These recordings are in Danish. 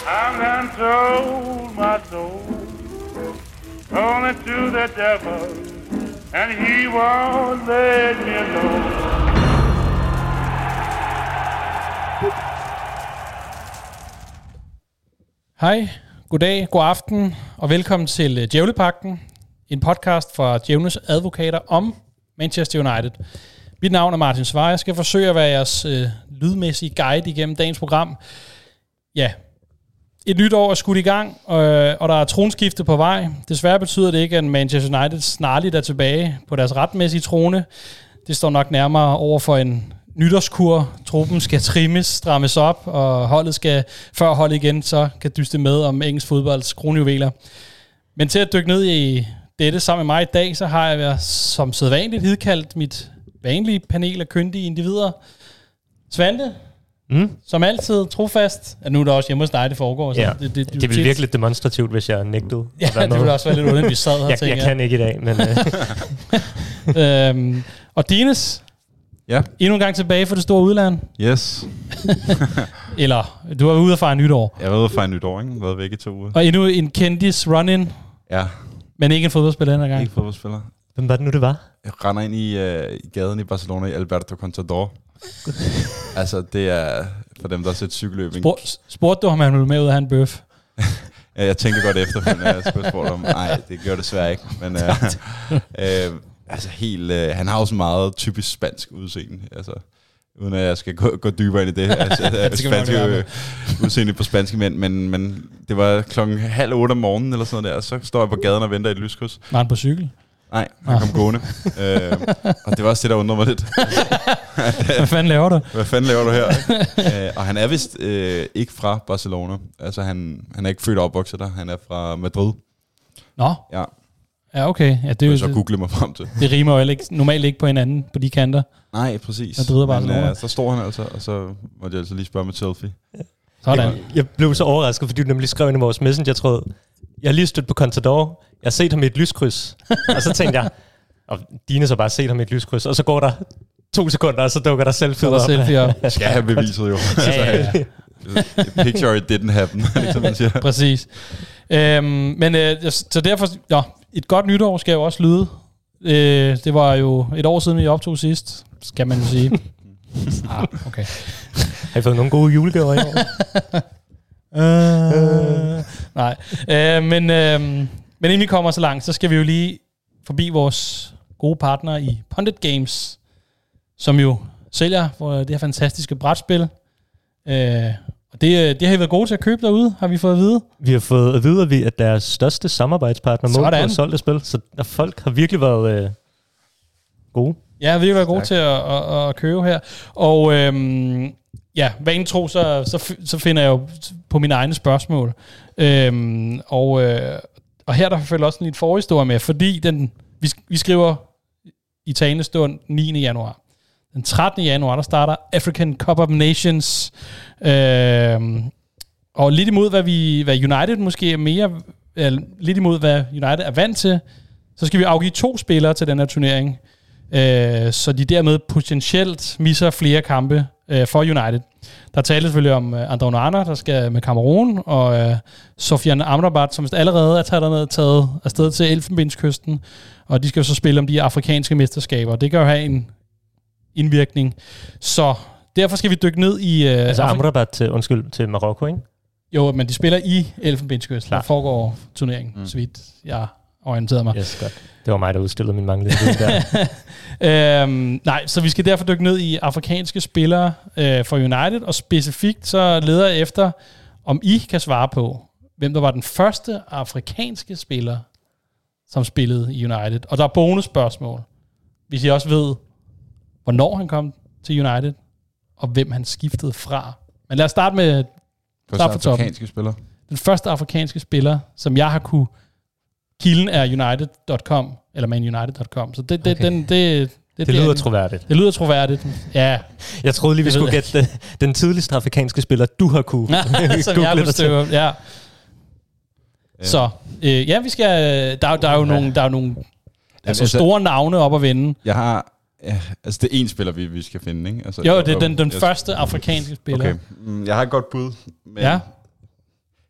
I'm done sold my soul only to the devil, and he won't let me alone. Hej, goddag, god aften og velkommen til Djævlepagten, en podcast fra Djævlenes advokater om Manchester United. Mit navn er Martin Svare. Jeg skal forsøge at være jeres lydmæssige guide igennem dagens program. Ja, et nyt år er skudt i gang, og der er tronskifte på vej. Desværre betyder det ikke, at Manchester United snarligt er tilbage på deres retmæssige trone. Det står nok nærmere over for en nytårskur. Truppen skal trimmes, strammes op, og holdet skal, før holdet igen, så kan dyste med om engelsk fodbolds kronjuveler. Men til at dykke ned i dette sammen med mig i dag, så har jeg som sædvanligt hidkaldt mit vanlige panel af kyndige individer. Svante, som altid, trofast. Ja, nu er der også hjemme hos dig, det foregår. Så ja, det vil virkelig demonstrativt, hvis jeg nægtede. Ja, det ville også være lidt underligt, vi sad her. Jeg kan ikke i dag, men... Og Dines, ja. Endnu en gang tilbage for det store udland. Yes. Eller, du var ude at fejre nytår. Jeg var ude at fejre nytår, ikke? Jeg har været væk i 2 uger. Og endnu en kendis run-in. Ja. Men ikke en fodboldspiller denne gang. Ikke fodboldspiller. Hvem var det nu, det var? Jeg render ind i gaden i Barcelona i Alberto Contador. Altså, det er for dem, der har set cykelløbning. Spurgte du, om han ville med ud af en bøf? Ja, jeg tænkte godt efter, men jeg skulle have spurgt om. Nej, det gør det desværre ikke. Men altså helt, han har jo så meget typisk spansk udseende. Altså, uden at jeg skal gå dybere ind i det. Altså, spanske udseende på spanske mænd. Men det var 7:30 om morgenen eller sådan noget der, og så står jeg på gaden og venter i et lyskryds. Var han på cykel? Nej, han kom gående. Og det var også det, der undrede mig lidt. Hvad fanden laver du? Hvad fanden laver du her? Og han er vist ikke fra Barcelona. Altså, han er ikke født og opvokset der. Han er fra Madrid. Nå. Ja. Ja, okay. Ja, det er jo så google mig frem til. Det rimer jo normalt ikke på hinanden på de kanter. Nej, præcis. Madrid og Barcelona. Men så står han altså, og så måtte jeg altså lige spørge med selfie. Sådan. Jeg blev så overrasket, fordi du nemlig skrev ind i vores messenger-tråd. Jeg har lige stødt på Contador. Jeg har set ham i et lyskryds. Og så tænkte jeg, og Dine så bare set ham i et lyskryds. Og så går der 2 sekunder, og så dukker der selfie op. Jeg skal have beviset jo. Ja. Picture it didn't happen, ligesom man siger. Præcis. Så derfor, ja, et godt nytår skal jo også lyde. Det var jo et år siden, vi optog sidst, skal man jo sige. Okay. Har I fået nogle gode julegaver i år? Nej. Men inden vi kommer så langt, så skal vi jo lige forbi vores gode partner i Pundit Games, som jo sælger det her fantastiske brætspil. Og det har I været gode til at købe derude, har vi fået at vide. Vi har fået at vide, at vi er deres største samarbejdspartner mål på solgte spil, så folk har virkelig været gode. Ja, vi har været gode til at købe her. Og ja, hvad en tro, så finder jeg jo på mine egne spørgsmål. Og her der følger også en lidt forhistorie med, fordi vi skriver i talende stund 9. januar. Den 13. januar, der starter African Cup of Nations. Og lidt imod, hvad United måske er mere, lidt imod, hvad United er vant til, så skal vi afgive 2 spillere til den her turnering. Så de dermed potentielt misser flere kampe for United. Der taler selvfølgelig om Andre Onana, der skal med Cameroon, og Sofiane Amrabat, som allerede er taget afsted til Elfenbenskysten, og de skal jo så spille om de afrikanske mesterskaber. Det kan jo have en indvirkning. Så derfor skal vi dykke ned i... altså Amrabat til Marokko, ikke? Jo, men de spiller i Elfenbenskysten. Der foregår turneringen, så vidt jeg orienterede mig. Yes, godt. Det var mig, der udstillede min manglende viden der. Nej, så vi skal derfor dykke ned i afrikanske spillere for United, og specifikt så leder jeg efter, om I kan svare på, hvem der var den første afrikanske spiller, som spillede i United. Og der er bonusspørgsmål, hvis I også ved, hvornår han kom til United, og hvem han skiftede fra. Men lad os starte med afrikanske spiller. Den første afrikanske spiller, som jeg har kunne... Kilden er united.com, eller manunited.com. Så det lyder troværdigt. Det lyder troværdigt, ja. Jeg troede lige, vi skulle gætte den tidligste afrikanske spiller, du har kunne som jeg kunne støve, ja. Så, ja, vi skal... Der er nogle altså store navne op at vende. Jeg har... Ja, altså det er en spiller, vi skal finde, ikke? Altså, jo, det er den første afrikanske spiller. Okay, jeg har et godt bud. Men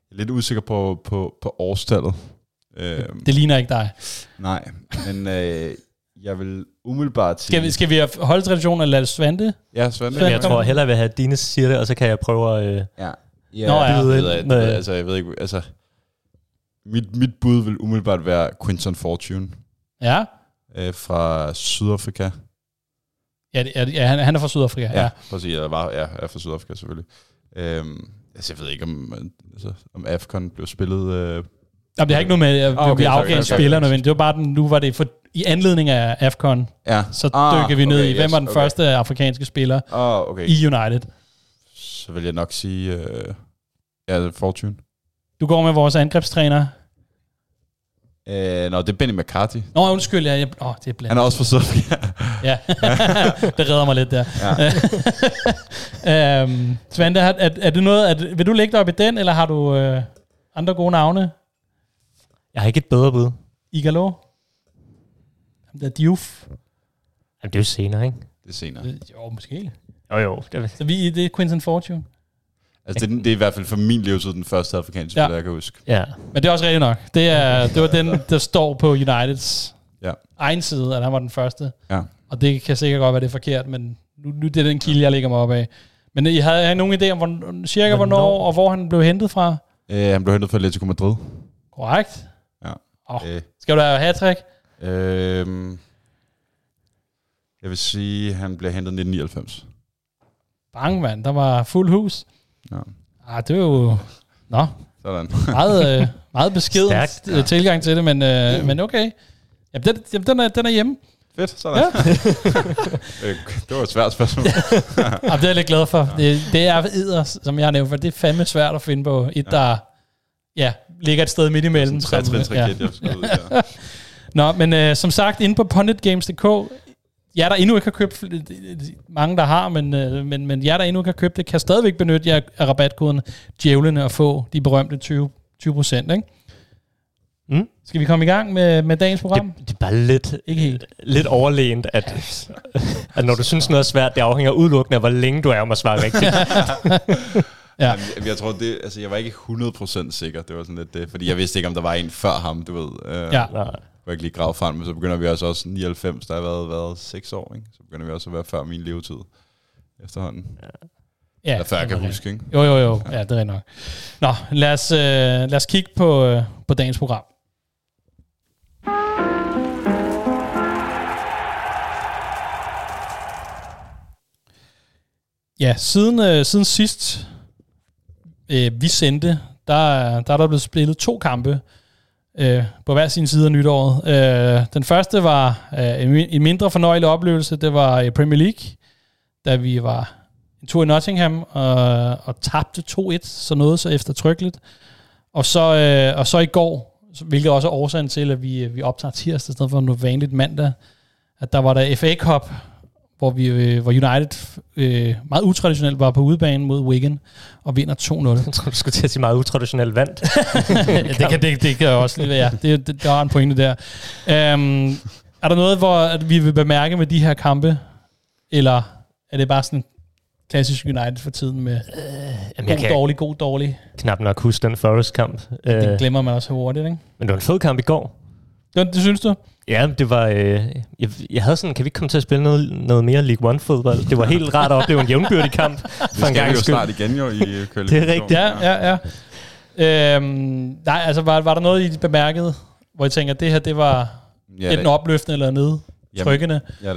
lidt usikker på årstallet. Det ligner ikke dig. Nej, men jeg vil umiddelbart sige... Skal vi holde traditionen og lade det Svante? Ja, Svante. Jeg tror hellere, jeg vil have Dine siger det, og så kan jeg prøve at... Ja. Jeg ved ikke, altså... Mit bud vil umiddelbart være Quinton Fortune. Ja. Fra Sydafrika. Ja, han er fra Sydafrika. Ja, præcis. Jeg er fra Sydafrika selvfølgelig. Altså, jeg ved ikke, om AFCON blev spillet... Jamen, det har ikke noget med, at vi afgav spillerne, men det var bare nu var det i anledning af AFCON, så dykker vi ned i, hvem var den første afrikanske spiller i United. Så vil jeg nok sige, Fortune. Du går med vores angrebstræner. Det er Benny McCarthy. Undskyld, det er blandt. Han er også fra Sydafrika. Ja, det redder mig lidt der. Ja. Svante, er det noget, vil du lægge dig op i den, eller har du andre gode navne? Jeg har ikke et bedre bud. Igalo? Det er Diouf. Jamen, det er jo senere, ikke? Det er senere. Jo, måske. Jo. Så det er Quinton Fortune. Altså, det er i hvert fald for min levetid den første afrikanske spiller, jeg kan huske. Ja, men det er også rigtigt nok. Det var den, der står på Uniteds egen side, at han var den første. Ja. Og det kan sikkert godt være, det er forkert, men nu det er den kilde, jeg lægger mig op af. Men I havde nogen idé om, hvornår og hvor han blev hentet fra? Han blev hentet fra Atletico Madrid. Korrekt. Ja. Skal du have hat-trick? Jeg vil sige, han blev hentet 1999. Bang, mand. Der var fuld hus. Ja. Det er jo... Nå. Sådan. meget beskeden tilgang til det, men okay. Jamen, den er hjemme. Fedt, sådan. Ja. Det var et svært spørgsmål. Det er jeg lidt glad for. Det er edder, som jeg har nævnt, for det er fandme svært at finde på et, der ligger et sted midt imellem. Nå, men som sagt, inde på punditgames.dk, jer der endnu ikke har købt, mange der har, men jer der endnu ikke har købt det, kan stadigvæk benytte jer af rabatkoden Djævlene og få de berømte 20%, ikke? Mm. Skal vi komme i gang med dagens program? Det er bare lidt overlegent, at når du synes noget er svært, det afhænger udelukkende af, hvor længe du er om at svare rigtigt. Ja. Jeg tror, jeg var ikke 100% sikker. Det var sådan lidt det, fordi jeg vidste ikke, om der var en før ham, du ved. Jeg ikke lige grave frem, men så begynder vi også 99, der har været 6 år, ikke? Så begynder vi også at være før min levetid efterhånden. Ja. Eller før jeg kan huske, ikke? Jo. Ja, det er nok. Nå, lad os kigge på dagens program. Ja, siden sidst vi sendte, der er der blevet spillet 2 kampe på hver sin side af nytåret. Den første var en mindre fornøjelig oplevelse. Det var i Premier League, da vi var en tur i Nottingham og tabte 2-1, så noget så eftertrykkeligt. Og så i går, hvilket også er årsagen til, at vi optager tirsdag i stedet for noget vanligt mandag, at der var der FA Cup, hvor United meget utraditionelt var på udebane mod Wigan og vinder 2-0. Jeg tror, du skulle til at sige meget utraditionelt vandt. det kan også lige være. Der er en pointe der. Er der noget, hvor vi vil bemærke med de her kampe, eller er det bare sådan klassisk United for tiden med god dårlig? Knap nok huske den Forest-kamp. Det glemmer man også hurtigt, ikke? Men det var en fed kamp i går. Det synes du? Ja, det var... jeg havde sådan, kan vi ikke komme til at spille noget mere League One-fodbold? Det var helt rart at opleve en jævnbyrdig kamp. Det skal vi jo snart igen jo i Kølle. Det er rigtigt. Ja. Nej, altså var der noget, I bemærkede, hvor I tænker, at det her, det var enten opløftende eller nedtrykkende? Jeg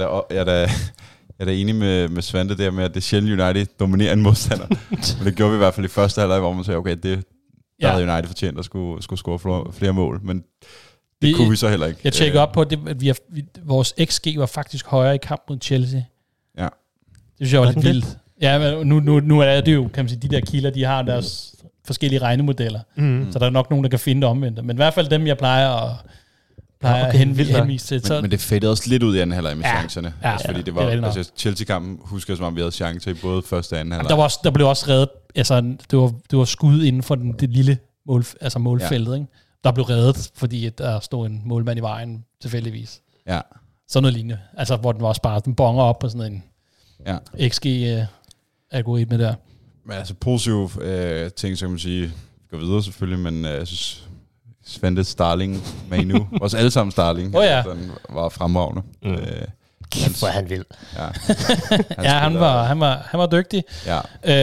er da enig med Svante der med, at det er sjældent United dominerer en modstander. Men det gjorde vi i hvert fald i første halvleg, hvor man sagde, okay, der havde United fortjent at skulle score flere mål. Men det kunne vi så heller ikke. Jeg tjekkede op på, at vores XG var faktisk højere i kamp mod Chelsea. Ja. Det synes jeg var lidt vildt. Ja, men nu er det jo, kan man sige, de der kilder, de har deres forskellige regnemodeller. Så der er nok nogen, der kan finde det omvendt. Men i hvert fald dem, jeg plejer at henvise til. Men det fadede også lidt ud i anden halvleg med chancerne. Fordi det var Chelsea-kampen, husker jeg, som om vi havde chancer i både første og anden halvleg. Der blev også reddet, altså det var skud inden for det lille målfeltet, ikke? Der blev reddet, fordi der stod en målmand i vejen tilfældigvis. Ja. Sådan noget lignende. Altså, hvor den var også bare, den bonger op på sådan en XG-algoritme der. Men altså, positive ting, så kan man sige, gå videre selvfølgelig, men jeg synes, Svante Starling, Manu, vores allesammen Starling, den var fremragende. Kæft, hvor han vil. Ja, han var dygtig. Ja.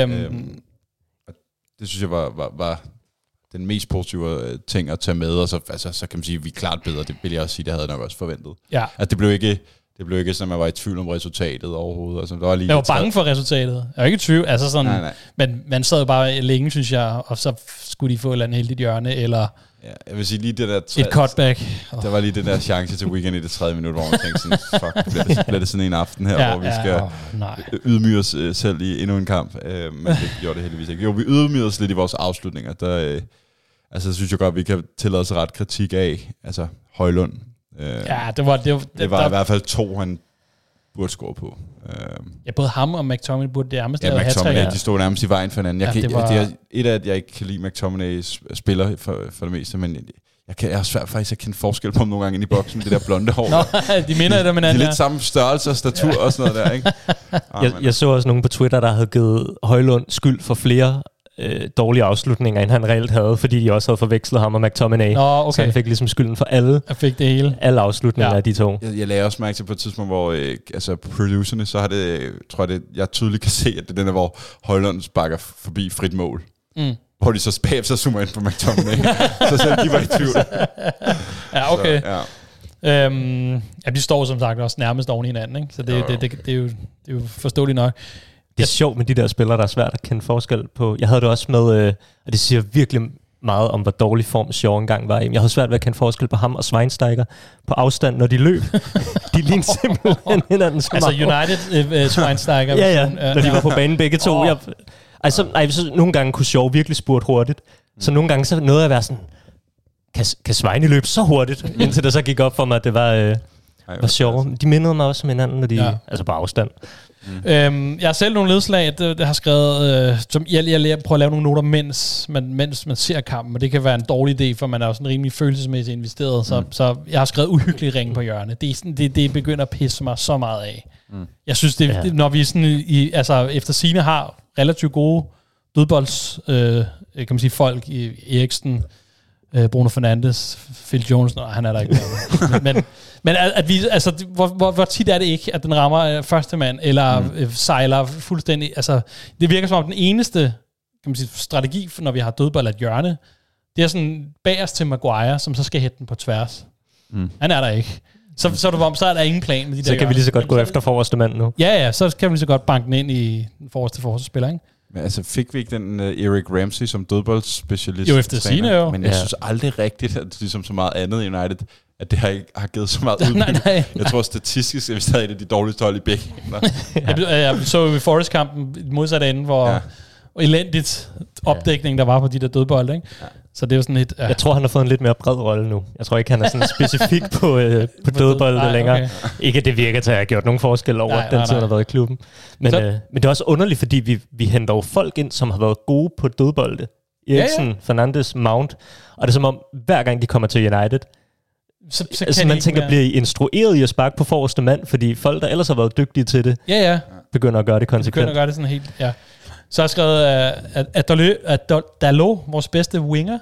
Det synes jeg var den mest positive ting at tage med, og så kan man sige, at vi er klart bedre. Det vil jeg også sige, det havde jeg nok også forventet. Ja. Altså, det blev ikke sådan, at man var i tvivl om resultatet overhovedet. Altså, jeg var bange for resultatet. Jeg var ikke i tvivl. Altså sådan, nej. Men man sad bare længe, synes jeg, og så skulle de få et eller andet heldigt hjørne, eller jeg vil sige lige det der... et cutback. Der var lige den der chance til Weekend i det 30 minutter, hvor man tænkte sådan, fuck, bliver det sådan en aften her, hvor vi skal ydmyge os selv i endnu en kamp. Men det gjorde det heldigvis ikke. Jo, vi ydmygede os lidt i vores afslutninger. Der, synes jeg godt, vi kan tillade os ret kritik af. Altså, Højlund. Det var i hvert fald 2, han burde score på. Både ham og McTominay burde nærmest have McTominay, de stod nærmest i vejen for hinanden. Et af, at jeg ikke kan lide McTominay spiller for det meste, men jeg har svært faktisk at kende forskel på ham nogle gange inde i boksen med det der blonde hår. De minder det med hinanden. De er lidt samme størrelse og statur og sådan noget der, ikke? Jeg så også nogen på Twitter, der havde givet Højlund skyld for flere dårlige afslutninger, end han reelt havde, fordi de også havde forvekslet ham og McTominay. Okay. Så han fik ligesom skylden for alle. Jeg fik det hele. Alle afslutninger af de to. Jeg lagde også mærke til på et tidspunkt, hvor producerne, så har det, tror jeg tydeligt kan se, at det er den der, hvor Højlund sparker forbi frit mål. Hvor de så bagefter så zoomer ind på McTominay. Så selv de var i tvivl. Ja, okay. Så, de står som sagt også nærmest oven i hinanden, ikke? Så det er jo forståeligt nok. Det er sjovt med de der spillere, der er svært at kende forskel på. Jeg havde det også med, og det siger virkelig meget om, hvor dårlig form Shaw engang var i. Jeg havde svært ved at kende forskel på ham og Schweinsteiger på afstand, når de løb. De lignede simpelthen hinanden så meget. Altså United Schweinsteiger. Ja, når de var på banen begge to. Så nogle gange kunne Shaw virkelig spurte hurtigt. Så nogle gange så nåede jeg at være sådan, kan Schweini løbe så hurtigt? Indtil det så gik op for mig, at det var Shaw. De mindede mig også om hinanden, når de, altså på afstand. Jeg har selv nogle ledslag, der har skrevet, som jeg prøver at lave nogle noter, mens man ser kampen, og det kan være en dårlig idé, for man er jo sådan rimelig følelsesmæssigt investeret, så jeg har skrevet uhyggelig ringe på hjørnet. Det begynder at pisse mig så meget af. Jeg synes, det, når vi sådan efter sigende har relativt gode dødbolds, kan man sige, folk i Eriksen, Bruno Fernandes, Phil Jones, han er der ikke mere. Men at vi, altså, hvor tit er det ikke, at den rammer første mand, eller sejler fuldstændig, altså, det virker som om den eneste, kan man sige, strategi, når vi har dødbold af et hjørne, det er sådan bagerst til Maguire, som så skal hætte den på tværs. Han er der ikke. Så er der ingen plan med de der. Så kan vi lige så godt gå efter forreste mand nu. Ja, så kan vi lige så godt banke den ind i den forreste forsvarsspiller, ikke? Men altså, fik vi ikke den Eric Ramsey som dødboldsspecialist? Jo, efter sigende jo. Men jeg synes aldrig rigtigt, at ligesom så meget andet i United, at det har givet så meget ud. Nej. Jeg tror statistisk, at vi stadig er et af de dårligste hold i begge. Jeg så jo i Forest-kampen modsat ende, hvor elendigt opdækning, der var på de der dødbolde, ikke? Ja. Så det er jo sådan lidt... Jeg tror, han har fået en lidt mere bred rolle nu. Jeg tror ikke, han er sådan specifik på dødbolde længere. Okay. Ikke, at det virker til at have gjort nogen forskel over den tid, han har været i klubben. Men det er også underligt, fordi vi henter jo folk ind, som har været gode på dødbolde. Eriksen, Fernandes, Mount. Og det er som om, hver gang de kommer til United, så man tænker, bliver I instrueret i at sparke på forreste mand, fordi folk, der ellers har været dygtige til det, begynder at gøre det konsekvent. Begynder at gøre det sådan helt, Så har jeg skrevet, at Dalot, vores bedste winger.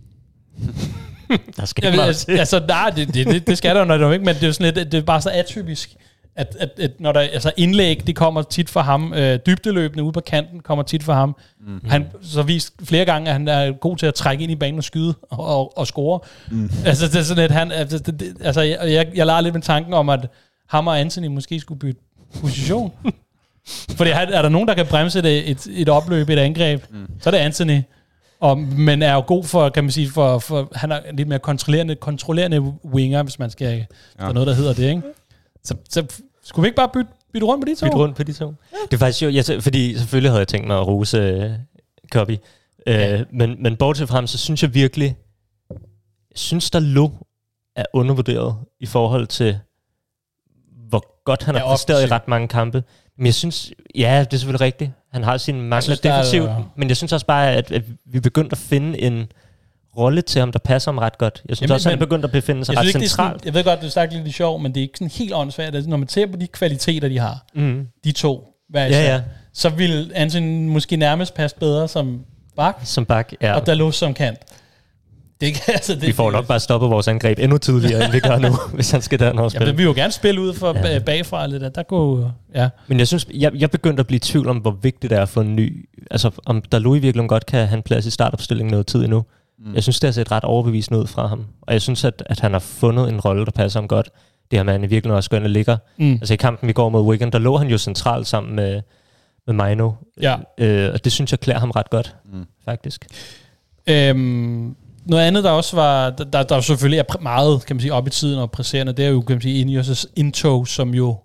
Der skal ikke meget til. Altså, nej, det skal der jo ikke, men det er jo sådan lidt, det er bare så atypisk, at når der, altså indlæg, det kommer tit fra ham, dybdeløbende ude på kanten kommer tit fra ham. Han så vist flere gange, at han er god til at trække ind i banen og skyde og score. Altså, det er sådan lidt, jeg lader lidt med tanken om, at ham og Anthony måske skulle bytte position. Fordi er der nogen, der kan bremse et opløb, et angreb, så er det Anthony. Men er jo god for, kan man sige, for han er lidt mere kontrollerende winger, hvis man skal, der er noget, der hedder det, ikke? Så skulle vi ikke bare bytte rundt på de to? Bytte rundt på de to. Det er faktisk jo, fordi selvfølgelig havde jeg tænkt mig at rose Kobbie. Men bortset fra ham, så synes jeg virkelig, Dalot er undervurderet i forhold til, hvor godt han har præsteret i ret mange kampe. Men jeg synes, det er selvfølgelig rigtigt. Han har sine mangler defensivt, men jeg synes også bare, at vi begyndte at finde en rolle til ham, der passer ham ret godt. Jeg synes også, han er begyndt at befinde sig ret centralt. Jeg ved godt, det er sagt lidt sjovt, men det er ikke sådan helt åndssvagt. Når man ser på de kvaliteter, de har, de to, så vil Anthony måske nærmest passe bedre som bak, ja. og Dalot som kant. Vi får nok bare stoppet vores angreb endnu tidligere, end vi gør nu, hvis han skal dernede og spille. Ja, vi vil jo gerne spille ud for bagfra lidt. Der går, ja. Men jeg synes, jeg begyndte at blive i tvivl om, hvor vigtigt det er for en ny... Altså, om Dalot virkelig godt kan have en plads i startopstillingen noget tid endnu. Jeg synes, det har set ret overbevisende ud fra ham. Og jeg synes, at han har fundet en rolle, der passer ham godt. Det her med, at han virkelig også går ind og ligger. Altså i kampen, vi går mod Wigan, der lå han jo centralt sammen med Maino. Ja. Og det synes jeg klæder ham ret godt, faktisk. Noget andet, der også var, der selvfølgelig er meget, kan man sige, op i tiden og presserende, det er jo, kan man sige, Ineos' indtog, som jo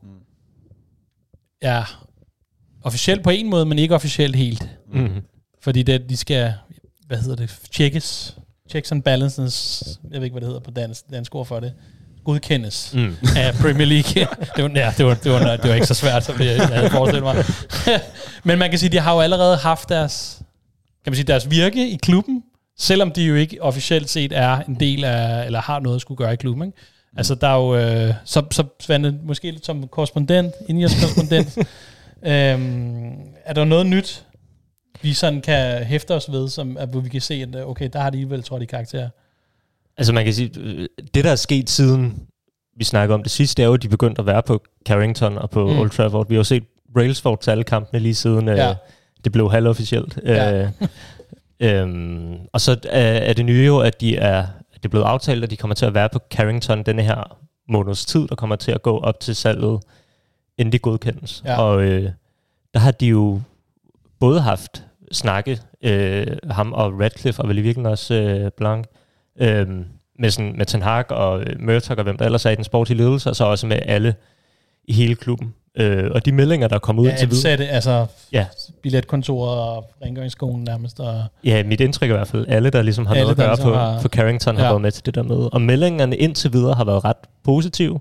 er officielt på en måde, men ikke officielt helt. Fordi de skal, checks and balances, jeg ved ikke, hvad det hedder på dansk ord for det, godkendes af Premier League. det var ikke så svært, som jeg havde forestillet mig. Men man kan sige, de har jo allerede haft deres virke i klubben, selvom de jo ikke officielt set er en del af, eller har noget at skulle gøre i klubben. Ikke? Altså, der er jo, så Svante, måske lidt som korrespondent, Ineos korrespondent, er der noget nyt, vi sådan kan hæfte os ved, hvor vi kan se, at okay, der har de vel trådt i karakter. Altså man kan sige, det der er sket siden vi snakker om det sidste, er jo, at de begyndte at være på Carrington og på Old Trafford. Vi har jo set Brailsford til alle kampene lige siden det blev halvofficielt. Ja. Og så er det nye jo, at det er blevet aftalt, at de kommer til at være på Carrington denne her måneds tid, der kommer til at gå op til salget, inden de godkendes. Ja. Og der har de jo både haft snakke, ham og Radcliffe, og vel i virkeligheden også Blanc, med Ten Hag og Murdoch og hvem der ellers er i den sportslige ledelse, og så også med alle i hele klubben. Og de meldinger, der er kommet ud til videre. Altså billetkontoret og rengøringsskolen nærmest. Og ja, mit indtryk i hvert fald. Alle, der ligesom har noget at gøre på Carrington, har været med til det der møde. Og meldingerne indtil videre har været ret positive.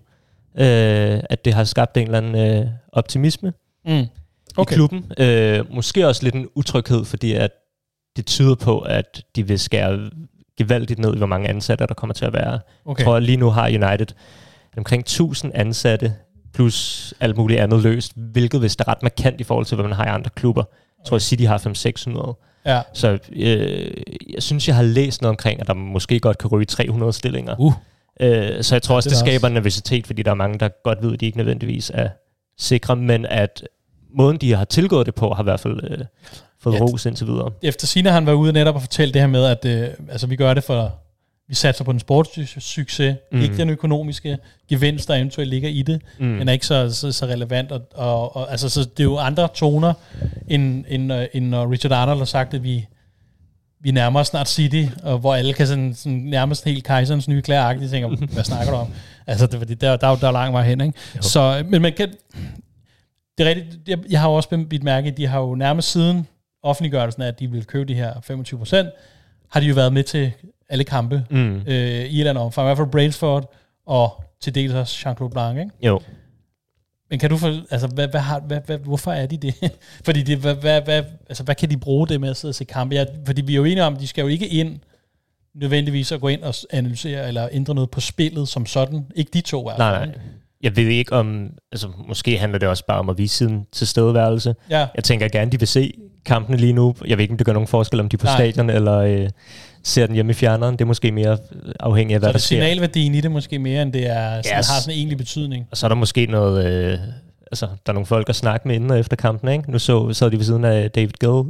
At det har skabt en eller anden optimisme i klubben. Måske også lidt en utryghed, fordi at det tyder på, at de vil skære gevaldigt ned i, hvor mange ansatte, der kommer til at være. Jeg tror, at lige nu har United omkring 1000 ansatte, plus alt muligt andet løst, hvilket vist er ret markant i forhold til, hvad man har i andre klubber. Jeg tror, at City har 500-600. Ja. Så jeg synes, jeg har læst noget omkring, at der måske godt kan ryge 300 stillinger. Så jeg tror også, det skaber en nervøsitet, fordi der er mange, der godt ved, at de ikke nødvendigvis er sikre, men at måden, de har tilgået det på, har i hvert fald fået ros indtil videre. Efter Sina han var ude netop og fortælle det her med, at vi gør det for... Vi satser på den sportssucces, ikke den økonomiske gevinst, der eventuelt ligger i det. Den er ikke så relevant. Og altså, så det er jo andre toner, end når Richard Arnold har sagt, at vi nærmer os snart City, og hvor alle kan sådan nærmest helt Kejserens nye klæder-agtigt tænker, hvad snakker du om? Altså, der er lang vej hen, ikke? Så, men man kan... Det er rigtigt, jeg har jo også bidt mærke, at de har jo nærmest siden offentliggørelsen af, at de vil købe de her 25%, har de jo været med til alle kampe i et eller andet omfang. I hvert fald Brailsford og til dels også Jean-Claude Blanc, ikke? Jo. Men kan du hvorfor er de det? Fordi hvad kan de bruge det med at sidde og se kampe? Fordi vi er jo enige om, at de skal jo ikke ind nødvendigvis at gå ind og analysere eller ændre noget på spillet som sådan. Ikke de to. Nej. Jeg ved ikke om... Altså, måske handler det også bare om at vise sin tilstedeværelse. Ja. Jeg tænker gerne, de vil se kampene lige nu. Jeg ved ikke, om det gør nogen forskel, om de er på stadion, eller ser den hjemme i fjerneren. Det er måske mere afhængigt af, hvad der sker. Så er signalværdien i det måske mere, end det er, har sådan en egentlig betydning. Og så er der måske noget... der er nogle folk at snakke med inden og efter kampen, ikke? Nu sad de ved siden af David Gill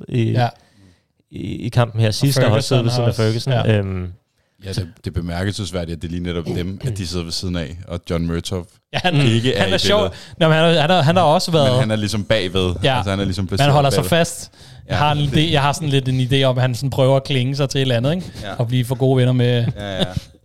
i kampen her sidst, og også siddet ved siden af Ferguson. Ja, det er bemærkelsesværdigt, at det er lige netop dem, at de sidder ved siden af, og John Murtough ikke er sjov. Nå, men han har også været... Men han er ligesom bagved. Ja, altså, han er ligesom placeret han holder sig fast. Jeg har sådan lidt en idé om, at han sådan prøver at klinge sig til et eller andet, ikke? Ja. Og blive for gode venner med... Ja.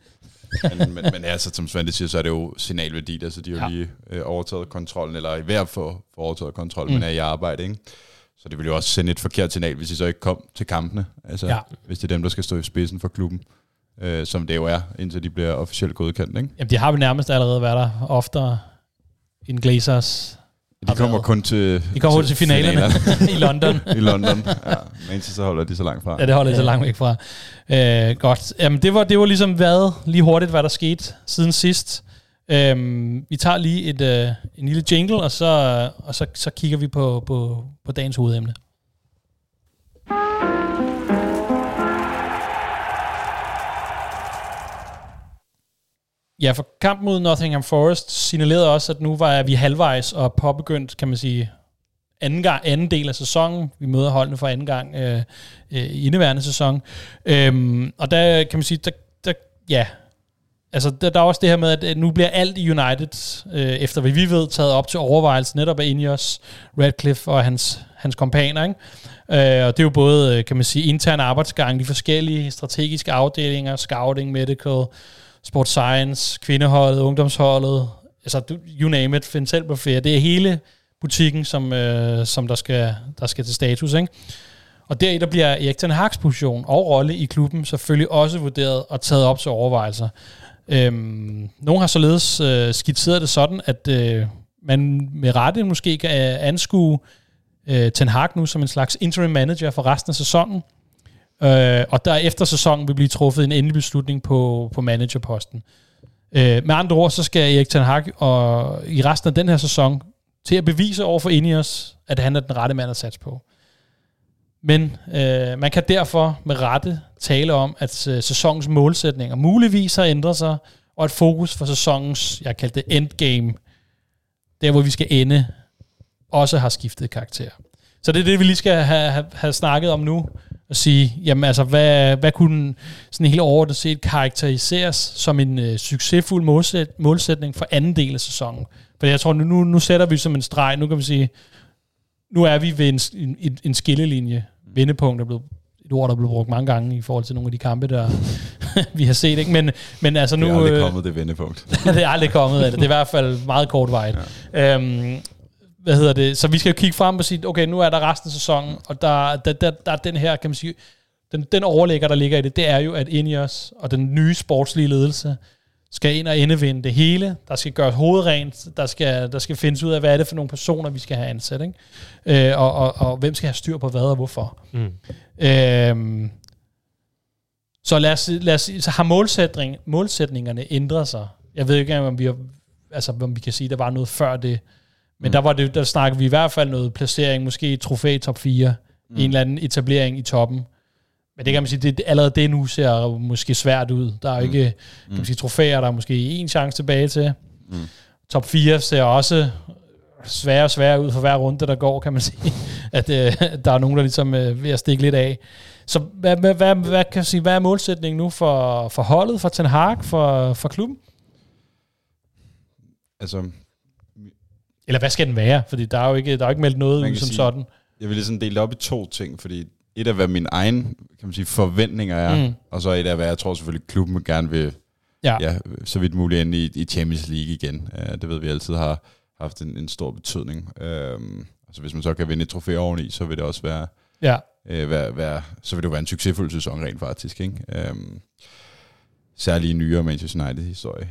men altså, som Svante siger, så er det jo signalværdi. Altså, de har jo lige overtaget kontrollen, eller i hvert for overtaget kontrollen, men er i arbejde, ikke? Så det vil jo også sende et forkert signal, hvis de så ikke kom til kampene. Altså, hvis det er dem, der skal stå i spidsen for klubben. Som det jo er, indtil de bliver officielt godkendt, ikke? Jamen, de har jo nærmest allerede været der oftere end Glazers. De kommer kun til... De kommer til finalerne i London. I London, ja. Men så holder de så langt fra. Ja, det holder de så langt væk fra. Godt. Jamen, det var ligesom lige hurtigt, hvad der skete siden sidst. Vi tager lige en lille jingle, og så kigger vi på dagens hovedemne. Ja, for kamp mod Nottingham Forest signalerede også, at nu var vi halvvejs og påbegyndt, kan man sige, anden del af sæsonen. Vi møder holdene for anden gang i indeværende sæson. Og der kan man sige, der er også det her med, at nu bliver alt i United, efter hvad vi ved, taget op til overvejelse netop af Ineos, Radcliffe og hans kompaner, ikke? Og det er jo både, kan man sige, interne arbejdsgang, de forskellige strategiske afdelinger, scouting, medical, sport science, kvindeholdet, ungdomsholdet, altså you name it, find selv på flere. Det er hele butikken, som der skal til status, ikke? Og deri der bliver Erik ten Hag's position og rolle i klubben selvfølgelig også vurderet og taget op til overvejelser. Nogle har således skitseret det sådan, at man med rette måske kan anskue Ten Hag nu som en slags interim manager for resten af sæsonen, og der efter sæsonen vil blive truffet en endelig beslutning på managerposten. Med andre ord, så skal Erik ten Hag og i resten af den her sæson til at bevise over for Ineos, at han er den rette mand at satse på. Men man kan derfor med rette tale om, at sæsonens målsætninger muligvis har ændret sig, og at fokus for sæsonens, jeg kaldte det endgame, der hvor vi skal ende, også har skiftet karakter. Så det er det, vi lige skal have snakket om nu, og sige, jamen altså, hvad kunne sådan helt overordnet set karakteriseres som en succesfuld målsætning for anden del af sæsonen? For jeg tror, nu sætter vi som en streg, nu kan vi sige, nu er vi ved en skillelinje. Vendepunkt er blevet et ord, der er blevet brugt mange gange i forhold til nogle af de kampe, der vi har set, ikke? Men altså nu... Det er aldrig kommet, det vendepunkt. Det er aldrig kommet af det. Det er i hvert fald meget kortvarigt. Ja. Så vi skal jo kigge frem og sige, okay, nu er der resten af sæsonen, og der er den her, kan man sige, den overlægger, der ligger i det er jo, at Ineos og den nye sportslige ledelse skal ind og endevinde det hele. Der skal gøres hovedrent. Der skal findes ud af, hvad er det for nogle personer, vi skal have ansat, ikke? Og hvem skal have styr på hvad og hvorfor. Så lad os så har målsætningerne ændret sig. Jeg ved ikke, om vi kan sige, at der var noget før det. Men der snakker vi i hvert fald noget placering, måske et trofæ i top 4, en eller anden etablering i toppen. Men det kan man sige, allerede det nu ser måske svært ud. Der er jo ikke, kan man sige, trofæer, der er måske en chance tilbage til. Top 4 ser også sværere og sværere ud for hver runde, der går, kan man sige. At der er nogen, der ligesom ved at stikke lidt af. Så hvad kan jeg sige, hvad er målsætningen nu for holdet, for Ten Hag, for klubben? Altså... Eller hvad skal den være? Fordi der er jo ikke meldt noget ud som sådan. Jeg vil ligesom dele op i to ting, fordi et af hvad min egen, kan man sige, forventninger er, og så et af hvad jeg tror selvfølgelig klubben gerne vil, så vidt muligt ind i Champions League igen. Det ved vi altid har haft en stor betydning. Altså hvis man så kan vinde et trofæ oveni, så vil det også være, så vil det være en succesfuld sæson rent faktisk, ikke? Særligt i nyere Manchester United-historie.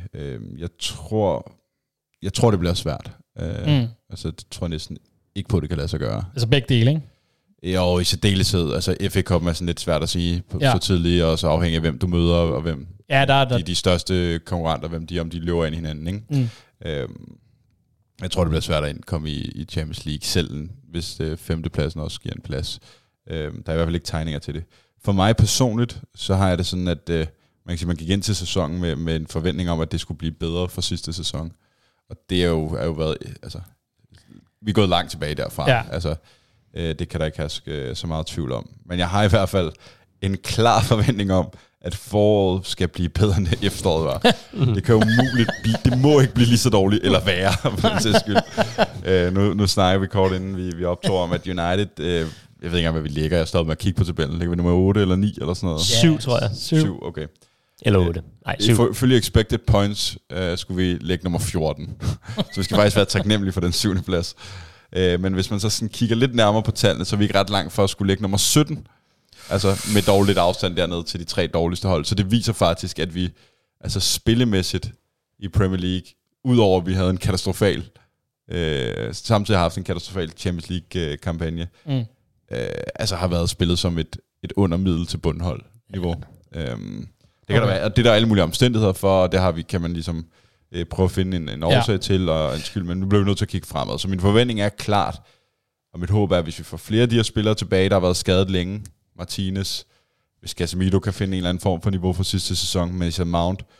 Jeg tror, det bliver svært. Altså, det tror jeg næsten ikke på, det kan lade sig gøre. Altså begge dele, ikke? Jo, i særdeleshed. Altså, FA Cup er sådan lidt svært at sige så tidligt, og så afhængig af, hvem du møder, og hvem de største konkurrenter, om de løber ind i hinanden, ikke? Jeg tror, det bliver svært at komme i Champions League selv, hvis femtepladsen også giver en plads. Der er i hvert fald ikke tegninger til det. For mig personligt, så har jeg det sådan, at man kan sige, man gik ind til sæsonen med en forventning om, at det skulle blive bedre for sidste sæson. Og det er jo været, altså, vi er gået langt tilbage derfra. Ja. Altså, det kan der ikke herske så meget tvivl om. Men jeg har i hvert fald en klar forventning om, at foråret skal blive bedre end efteråret var. Det kan jo umuligt blive, det må ikke blive lige så dårligt, eller værre, for den sags skyld. Nu snakker vi kort, inden vi optog om, at United, jeg ved ikke engang, hvad vi ligger. Jeg står med at kigge på tabellen. Ligger vi nummer 8 eller 9 eller sådan noget? 7, tror jeg. 7, okay. Eller 8. Nej, 7. Følge expected points skulle vi lægge nummer 14. Så vi skal faktisk være taknemmelige for den 7. plads. Men hvis man så sådan kigger lidt nærmere på tallene, så er vi ikke ret langt for at skulle lægge nummer 17. Altså med dårligt afstand dernede til de 3 dårligste hold. Så det viser faktisk, at vi altså spillemæssigt i Premier League, udover at vi havde en katastrofal, samtidig har haft en katastrofal Champions League-kampagne, altså har været spillet som et undermiddel til bundhold niveau. Det kan der være, og det er der alle mulige omstændigheder for, og det har vi, kan man ligesom prøve at finde en årsag til, og en skyld, men nu bliver vi nødt til at kigge fremad. Så min forventning er klart, og mit håb er, at hvis vi får flere af de her spillere tilbage, der har været skadet længe, Martinez, hvis Casemiro kan finde en eller anden form for niveau for sidste sæson, Mason Mount,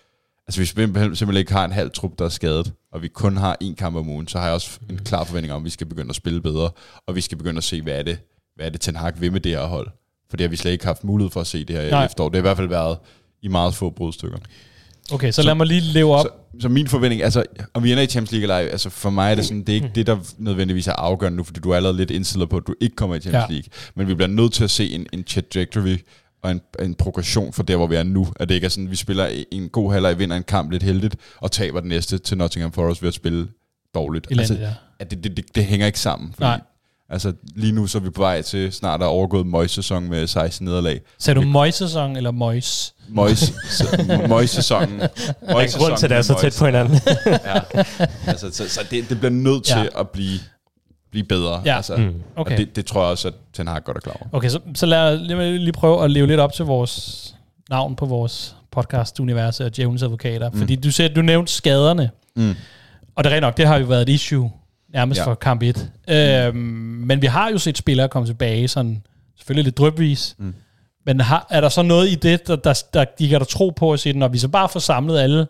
Altså hvis vi simpelthen ikke har en halv trup, der er skadet, og vi kun har 1 kamp om ugen, så har jeg også en klar forventning om, at vi skal begynde at spille bedre, og vi skal begynde at se, hvad er det Ten Hag vil med det her hold. For det har vi slet ikke haft mulighed for at se det her efterår. Det har i hvert fald været i meget få brudstykker. Okay, så lad mig lige leve op. Så min forventning, altså om vi ender i Champions League eller ej, altså for mig er det sådan, det er ikke det, der nødvendigvis er afgørende nu, fordi du er allerede lidt indstillet på, at du ikke kommer i Champions League. Men vi bliver nødt til at se en trajectory og en progression for der, hvor vi er nu. At det ikke er sådan, vi spiller en god halvleg, vinder en kamp lidt heldigt, og taber den næste til Nottingham Forest ved at spille dårligt. Det hænger ikke sammen. Fordi, altså lige nu så er vi på vej til snart at overgået Moyes-sæson med 16 nederlag. Sagde du Moyes-sæson eller Moyes? Moyes-sæsonen. Der er grund til, at det er så tæt på hinanden. Altså, så det bliver nødt til at blive bedre. Ja. Altså, okay. Og det tror jeg også, at Ten Hag godt er klar over. Okay, så lad mig lige prøve at leve lidt op til vores navn på vores podcast-univers af Djævelens Advokater. Fordi du nævnte skaderne. Og det er rent nok, det har jo været et issue nærmest for kamp 1. Men vi har jo set spillere komme tilbage, sådan selvfølgelig lidt drypvis. Men er der så noget i det, der giver dig tro på at sige, når vi så bare får samlet alle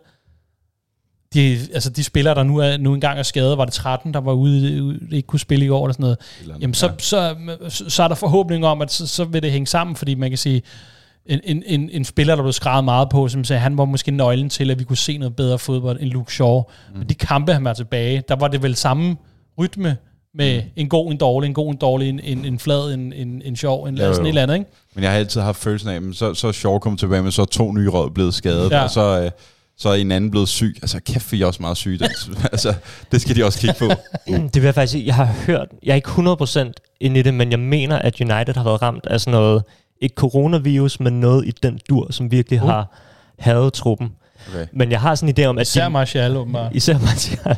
de spillere, der nu engang er skadet, var det 13, der var ude ikke kunne spille i går eller sådan noget, jamen så er der forhåbning om, at så vil det hænge sammen, fordi man kan sige, en spiller, der blev skrevet meget på, som sagde, han var måske nøglen til, at vi kunne se noget bedre fodbold end Luke Shaw. Men de kampe, han var tilbage, der var det vel samme rytme med en god, en dårlig, en god, en dårlig, en flad, en sjov, sådan et eller andet, ikke? Men jeg har altid haft følelsen af, at så er Shaw kommet tilbage, men så er 2 nye råd blevet skadet, og så er en anden blevet syg. Altså, kæft, vi er også meget syge. Altså, det skal de også kigge på. Det vil jeg faktisk sige, jeg har hørt, jeg er ikke 100% inde i det, men jeg mener, at United har været ramt af sådan noget, ikke coronavirus, men noget i den dur, som virkelig har hadet truppen. Okay. Men jeg har sådan en idé om, at især Martial, åbenbart. Især Martial.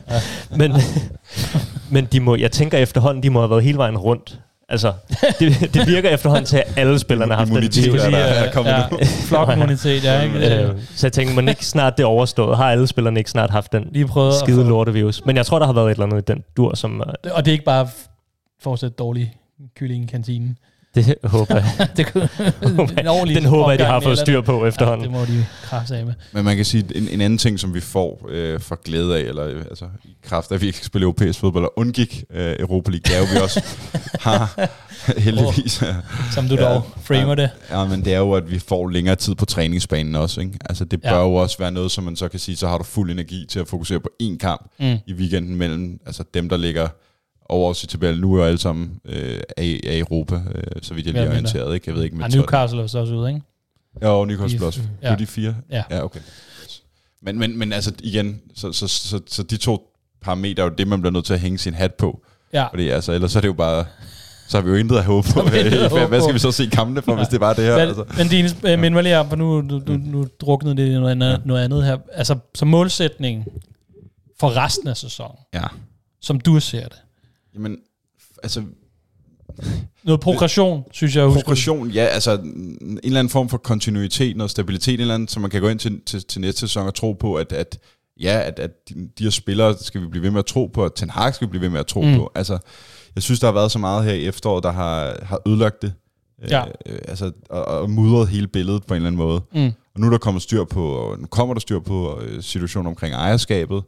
Men jeg tænker efterhånden, de må have været hele vejen rundt. Altså, det virker efterhånden til, at alle spillerne har haft den virus. Flokimmunitet, ikke? Så jeg tænker, man ikke snart det overstået. Har alle spillerne ikke snart haft den skide lortevirus? Men jeg tror, der har været et eller andet i den dur, som... Og det er ikke bare fortsat dårlig kylling i kantinen. Det håber jeg. Den håber jeg, de har fået styr på efterhånden. Det må de krasse af med. Men man kan sige, en anden ting, som vi får for glæde af, eller altså i kraft af, at vi ikke skal spille europæisk fodbold, og undgik Europa League, det er jo, vi også har heldigvis. Som du dog framer det. Ja, men det er jo, at vi får længere tid på træningsbanen også. Ikke? Altså det bør jo også være noget, som man så kan sige, så har du fuld energi til at fokusere på én kamp i weekenden mellem altså dem, der ligger over os i tabellen. Nu er jo alle sammen af Europa, så vidt jeg lige er orienteret. Ikke? Jeg ved ikke med Newcastle er også ude, ikke? Jo, Newcastle også. Ja. De 4? Ja, okay. Men altså igen, så de 2 parametre er jo det, man bliver nødt til at hænge sin hat på. Ja. Fordi altså, ellers så er det jo bare... Så har vi jo intet at håbe på. Hvad skal vi så se kampene for, hvis det var det her? Altså. Men Dines, mind mig lige om, for nu druknede det noget andet her. Altså, som målsætning for resten af sæsonen, som du ser det. Jamen, altså... Noget progression, synes jeg. Progression, ja, altså en eller anden form for kontinuitet, noget stabilitet, en eller anden, så man kan gå ind til næste sæson og tro på, at de her spillere skal vi blive ved med at tro på, at Ten Hag skal vi blive ved med at tro på. Altså, jeg synes, der har været så meget her i efteråret, der har ødelagt det. Altså, og mudret hele billedet på en eller anden måde. Og nu er der kommet styr på, situationen omkring ejerskabet.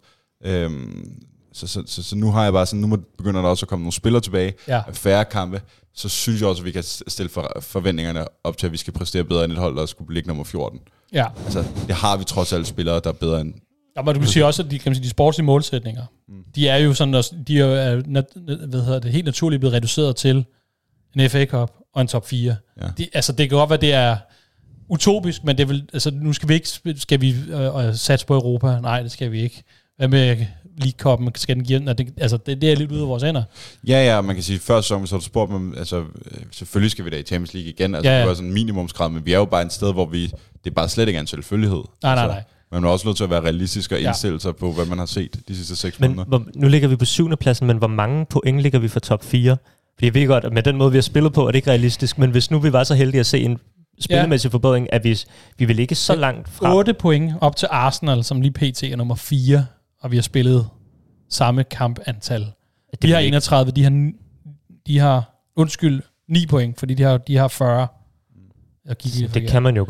Så nu har jeg bare sådan, nu begynder der også at komme nogle spillere tilbage, færre kampe, så synes jeg også, at vi kan stille forventningerne op til, at vi skal præstere bedre end et hold, der skulle ligge nummer 14. Ja. Altså, det har vi trods alt spillere, der er bedre end... Ja, men du kan sige også, at de sportslige målsætninger, de er jo sådan, de er helt naturligt blevet reduceret til en FA Cup og en top 4. Ja. Altså, det kan godt være, det er utopisk, men det er vel, altså, nu skal vi satse på Europa? Nej, det skal vi ikke. Hvad med League-koppen, skal den give den? Det er lidt ude af vores hænder. Ja, man kan sige, før sæsonen, så har du spurgt mig, altså selvfølgelig skal vi da i Champions League igen, altså det var sådan en minimumsgrad, men vi er jo bare et sted, hvor det er bare slet ikke en selvfølgelighed. Nej. Man er også nødt til at være realistisk og indstille sig på, hvad man har set de sidste 6 måneder. Nu ligger vi på 7. pladsen, men hvor mange point ligger vi for top 4? Fordi jeg ved godt, at med den måde, vi har spillet på, er det ikke realistisk, men hvis nu vi var så heldige at se en spillemæssig forbedring, at vi vil ligge så langt frem. 8 point op til Arsenal, som lige pt. Er nummer 4, og vi har spillet samme kampantal. De har 31, de har 9 point, fordi de har 40. Det kan man jo godt.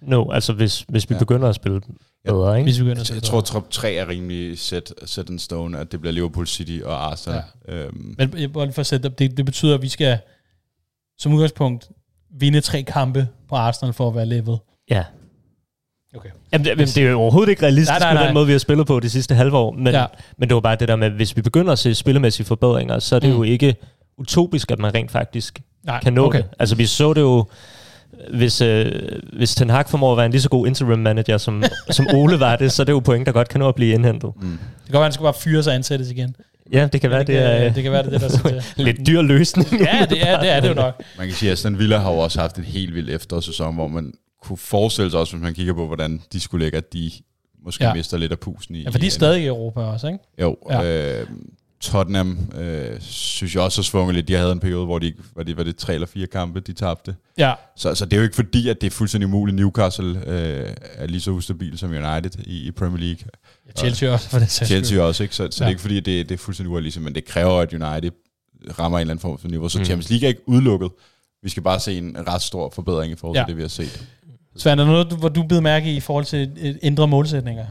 nå, altså hvis vi begynder at spille bedre, ikke? Hvis vi begynder at Jeg tror, top 3 er rimelig set in stone, at det bliver Liverpool, City og Arsenal. Ja. Men jeg for at sætte op, det betyder, at vi skal som udgangspunkt vinde 3 kampe på Arsenal for at være level. Ja. Okay. Jamen, det er jo overhovedet ikke realistisk på den måde, vi har spillet på de sidste halve år, men det var bare det der med, hvis vi begynder at se spillemæssige forbedringer, så er det jo ikke utopisk, at man rent faktisk kan nå det. Altså vi så det jo, hvis Ten Hag formår at være en lige så god interim manager, som Ole var det, så er det jo point, der godt kan nå at blive indhentet. Det kan godt være, at han skal bare fyre sig og ansættes igen. Ja, det kan være, det kan være, det der skal til. Lidt dyr løsning. Ja, det er det jo nok. Man kan sige, at Aston Villa har jo også haft en helt vild efterårssæson, hvor man kunne forestille sig også, hvis man kigger på, hvordan de skulle lægge, at de måske mister lidt af pusen i. Ja, for de er stadig i Europa også, ikke? Jo. Ja. Tottenham synes jeg også har svunget lidt. De havde en periode, hvor var det 3 eller 4 kampe, de tabte. Ja. Så det er jo ikke fordi, at det er fuldstændig umuligt. Newcastle er lige så ustabil som United i Premier League. Ja, Chelsea også, for det sags Chelsea også, ikke? Så det er ikke fordi, det er fuldstændig urealistisk, men det kræver, at United rammer en eller anden form for niveau. Så Champions League er ikke udelukket. Vi skal bare se en ret stor forbedring i forhold til det, vi har set. Svend, er der noget, hvor du bider mærke i forhold til ændre målsætninger?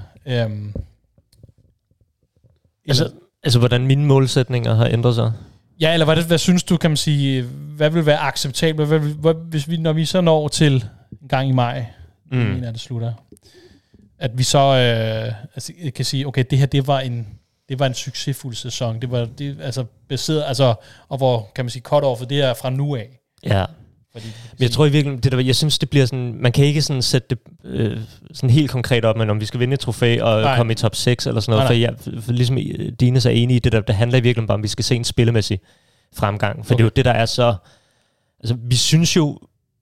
Altså, hvordan mine målsætninger har ændret sig? Ja, eller hvad synes du, kan man sige, hvad vil være acceptabelt, hvis vi, når vi så når til en gang i maj, mener det slutter, at vi så kan sige, okay, det her, det var en succesfuld sæson, det var altså baseret, altså, og hvor, kan man sige, cut-offet, det er fra nu af. Ja. Fordi, men jeg tror i virkeligheden, jeg synes, det bliver sådan, man kan ikke sådan sætte det sådan helt konkret op, men om vi skal vinde et trofæ og komme i top 6 eller sådan noget, for ligesom Dines er enige i det handler i virkeligheden bare om, vi skal se en spillemæssig fremgang, for det er jo det, der er så, altså vi synes jo,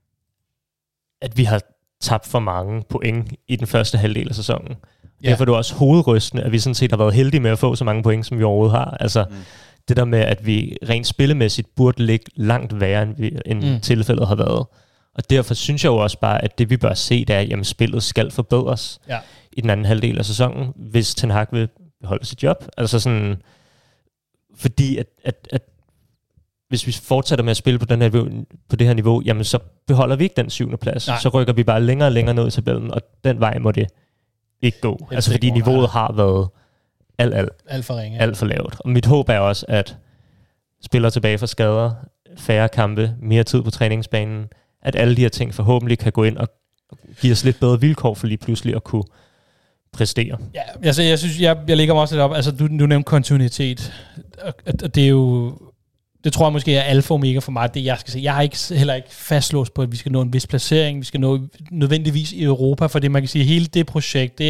at vi har tabt for mange point i den første halvdel af sæsonen. Derfor er det også hovedrystende, at vi sådan set har været heldige med at få så mange point, som vi overhovedet har. Altså, det der med, at vi rent spillemæssigt burde ligge langt værre, end tilfældet har været. Og derfor synes jeg jo også bare, at det vi bør se, det er, at spillet skal forbedres i den anden halvdel af sæsonen, hvis Ten Hag vil beholde sit job. Altså sådan, fordi at hvis vi fortsætter med at spille på det her niveau, jamen så beholder vi ikke den 7. plads. Nej. Så rykker vi bare længere og længere ned i tabellen, og den vej må det ikke gå. Altså fordi niveauet har været alt for ringe. Alt for lavt. Og mit håb er også, at spillere tilbage fra skader, færre kampe, mere tid på træningsbanen, at alle de her ting forhåbentlig kan gå ind og give os lidt bedre vilkår for lige pludselig at kunne præstere. Ja, altså jeg synes, jeg lægger mig også lidt op, altså du nævnte kontinuitet, og det er jo, det tror jeg måske er alfa og omega for mig, det jeg skal se. Jeg har heller ikke fastlåst på, at vi skal nå en vis placering, vi skal nå nødvendigvis i Europa, fordi man kan sige, at hele det projekt,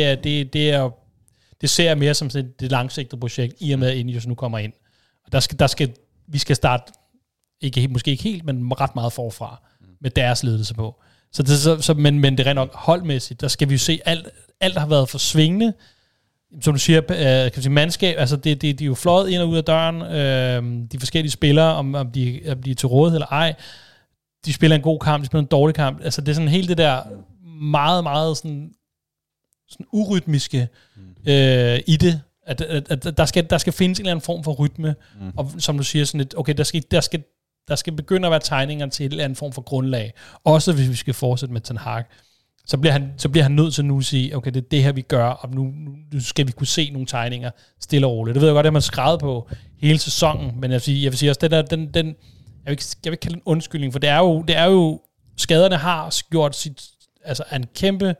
det ser jeg mere som det langsigtede projekt, i og med at Ineos nu kommer ind. Og vi skal starte, måske ikke helt, men ret meget forfra, med deres ledelse på. Men det er rent nok holdmæssigt, der skal vi jo se, alt har været for svingende. Som du siger, kan man sige, mandskab, altså de er jo fløjet ind og ud af døren, de forskellige spillere, om de er til rådighed eller ej, de spiller en god kamp, de spiller en dårlig kamp, altså det er sådan helt det der meget, meget sådan urytmiske i det, at der skal findes en eller anden form for rytme, og som du siger, sådan et, okay, der skal begynde at være tegninger til en eller anden form for grundlag, også hvis vi skal fortsætte med Ten Hag. Så bliver han nødt til nu at sige, okay, det er det her, vi gør, og nu skal vi kunne se nogle tegninger stille og roligt. Det ved jeg godt, at man skrevet på hele sæsonen, men jeg vil sige også, jeg vil ikke kalde en undskyldning, for det er jo skaderne har gjort altså en kæmpe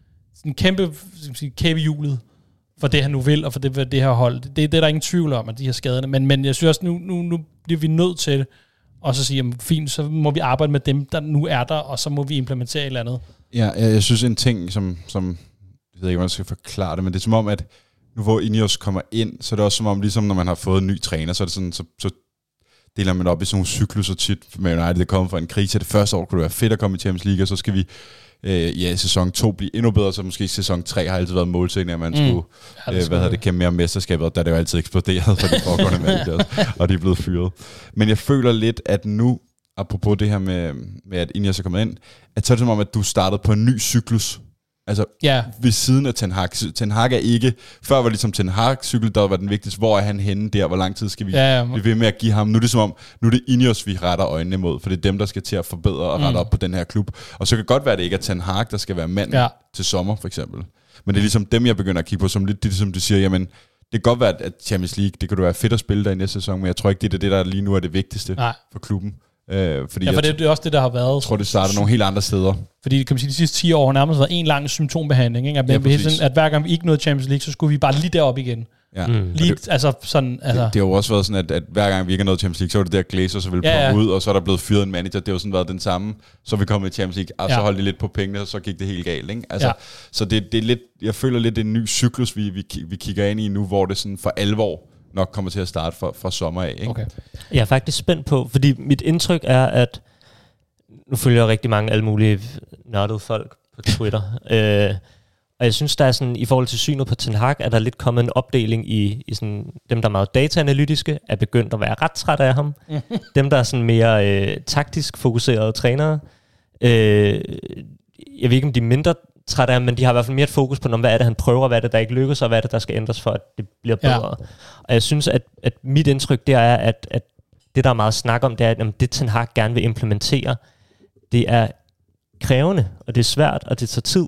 kæppe hjulet for det, han nu vil, og for det her hold. Det er der ingen tvivl om, at de her skaderne, men jeg synes også, nu bliver vi nødt til at så sige, fint, så må vi arbejde med dem, der nu er der, og så må vi implementere et eller andet. Ja, jeg synes en ting, som jeg ved ikke, hvordan jeg skal forklare det, men det er som om, at nu hvor Ineos kommer ind, så er det også som om, ligesom når man har fået en ny træner, så er det sådan, så deler man op i sådan nogle cykluser tit med United, det kommer fra en krise. Det første år kunne det være fedt at komme i Champions League, og så skal vi sæson 2 blive endnu bedre, så måske sæson 3 har altid været målsætning, at man skulle kæmpe mere om mesterskabet, og der er det jo altid eksploderet for de foregående mand, og de er blevet fyret. Men jeg føler lidt, at nu, apropos det her med at Ineos er kommet ind, at så er det som om, at du startede på en ny cyklus Altså, ved siden af Ten Hag. Ten Hag er ikke... Før var ligesom Ten Hag cykel, der var den vigtigste. Hvor er han henne der? Hvor lang tid skal vi blive ved med at give ham? Nu er det som om, nu er det Ineos, vi retter øjnene imod, for det er dem, der skal til at forbedre og rette op på den her klub. Og så kan godt være, at det ikke er Ten Hag, der skal være mand til sommer, for eksempel. Men det er ligesom dem, jeg begynder at kigge på, som lidt det, som du siger, jamen, det kan godt være, at Champions League, det kan være fedt at spille der i næste sæson, men jeg tror ikke, det er det, der lige nu er det vigtigste for klubben. Fordi for det er også det, der har været. Jeg tror, det starter nogle helt andre steder. Fordi kan man sige, de sidste 10 år har nærmest været en lang symptombehandling. Ikke? At hver gang vi ikke nåede Champions League, så skulle vi bare lige derop igen. Ja. Lige, altså sådan, altså. Det har jo også været sådan, at hver gang vi ikke har nået Champions League, så var det der Glazer, så ville komme ud, og så er der blevet fyret en manager. Det har jo sådan været den samme. Så er vi kommet i Champions League, og så holdt de lidt på pengene, og så gik det helt galt. Ikke? Altså, så det er lidt, jeg føler lidt, det er en ny cyklus, vi kigger ind i nu, hvor det sådan for alvor nok kommer til at starte fra sommer af. Ikke? Okay. Jeg er faktisk spændt på, fordi mit indtryk er, at nu følger jeg rigtig mange alle mulige nørdede folk på Twitter, og jeg synes, der er sådan, i forhold til synet på Ten Hag, er der lidt kommet en opdeling i sådan, dem, der er meget dataanalytiske, er begyndt at være ret træt af ham. Dem, der er sådan mere taktisk fokuserede trænere, jeg ved ikke, om de er mindre træt af ham, men de har i hvert fald mere et fokus på, hvad er det, han prøver, hvad er det, der ikke lykkes, og hvad er det, der skal ændres for, at det bliver bedre. Og jeg synes, at mit indtryk, det er, at det, der er meget snak om, det er, at det Ten Hag gerne vil implementere, det er krævende, og det er svært, og det tager tid.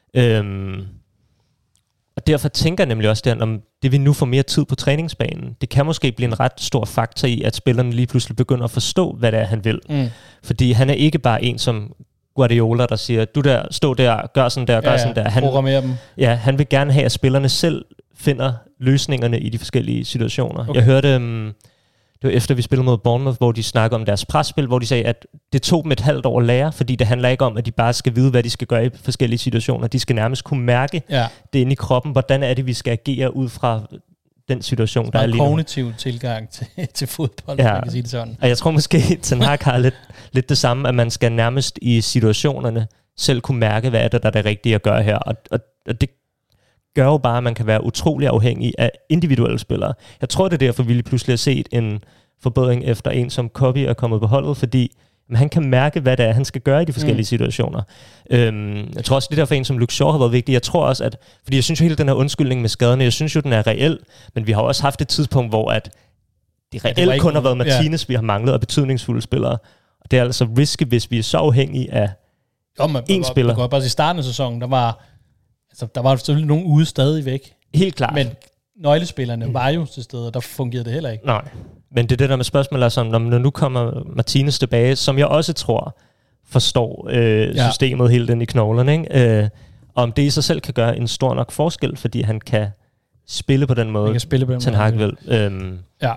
Og derfor tænker jeg nemlig også, at det vi nu får mere tid på træningsbanen, det kan måske blive en ret stor faktor i, at spillerne lige pludselig begynder at forstå, hvad det er, han vil. Fordi han er ikke bare en som Guardiola, der siger, du der, stå der, gør sådan der, gør sådan der. Han programmerer dem. Ja, han vil gerne have, at spillerne selv finder løsningerne i de forskellige situationer. Okay. Jeg hørte, det var efter vi spillede mod Bournemouth, hvor de snakkede om deres presspil, hvor de sagde, at det tog dem et halvt år at lære, fordi det handler ikke om, at de bare skal vide, hvad de skal gøre i forskellige situationer. De skal nærmest kunne mærke det inde i kroppen. Hvordan er det, vi skal agere ud fra den situation, der er lige nu. En kognitiv tilgang til fodbold, man kan sige det sådan. Og jeg tror måske, Ten Hag har lidt det samme, at man skal nærmest i situationerne selv kunne mærke, hvad er det, der er det rigtige at gøre her. Og det gør jo bare, at man kan være utrolig afhængig af individuelle spillere. Jeg tror, det er derfor, vi lige pludselig har set en forbedring efter en som Kobbie er kommet på holdet, fordi han kan mærke, hvad det er, han skal gøre i de forskellige situationer. Jeg tror også, det er derfor en som Luke Shaw har været vigtig. Jeg tror også, at fordi jeg synes jo hele den her undskyldning med skaderne, jeg synes jo, den er reel, men vi har også haft et tidspunkt, hvor at det reelt kun har været Martinez, vi har manglet, og betydningsfulde spillere. Og det er altså risky, hvis vi er så afhængige af en spiller. Man bare i starten af sæsonen, der var selvfølgelig nogen ude stadigvæk. Helt klart. Men nøglespillerne var jo til stede, og der fungerede det heller ikke. Nej. Men det er det der med spørgsmålet, altså, når nu kommer Martinez tilbage, som jeg også tror forstår systemet helt ind i knoglerne, ikke? Om det i sig selv kan gøre en stor nok forskel, fordi han kan spille på den måde, Ten Hag vil. Ja.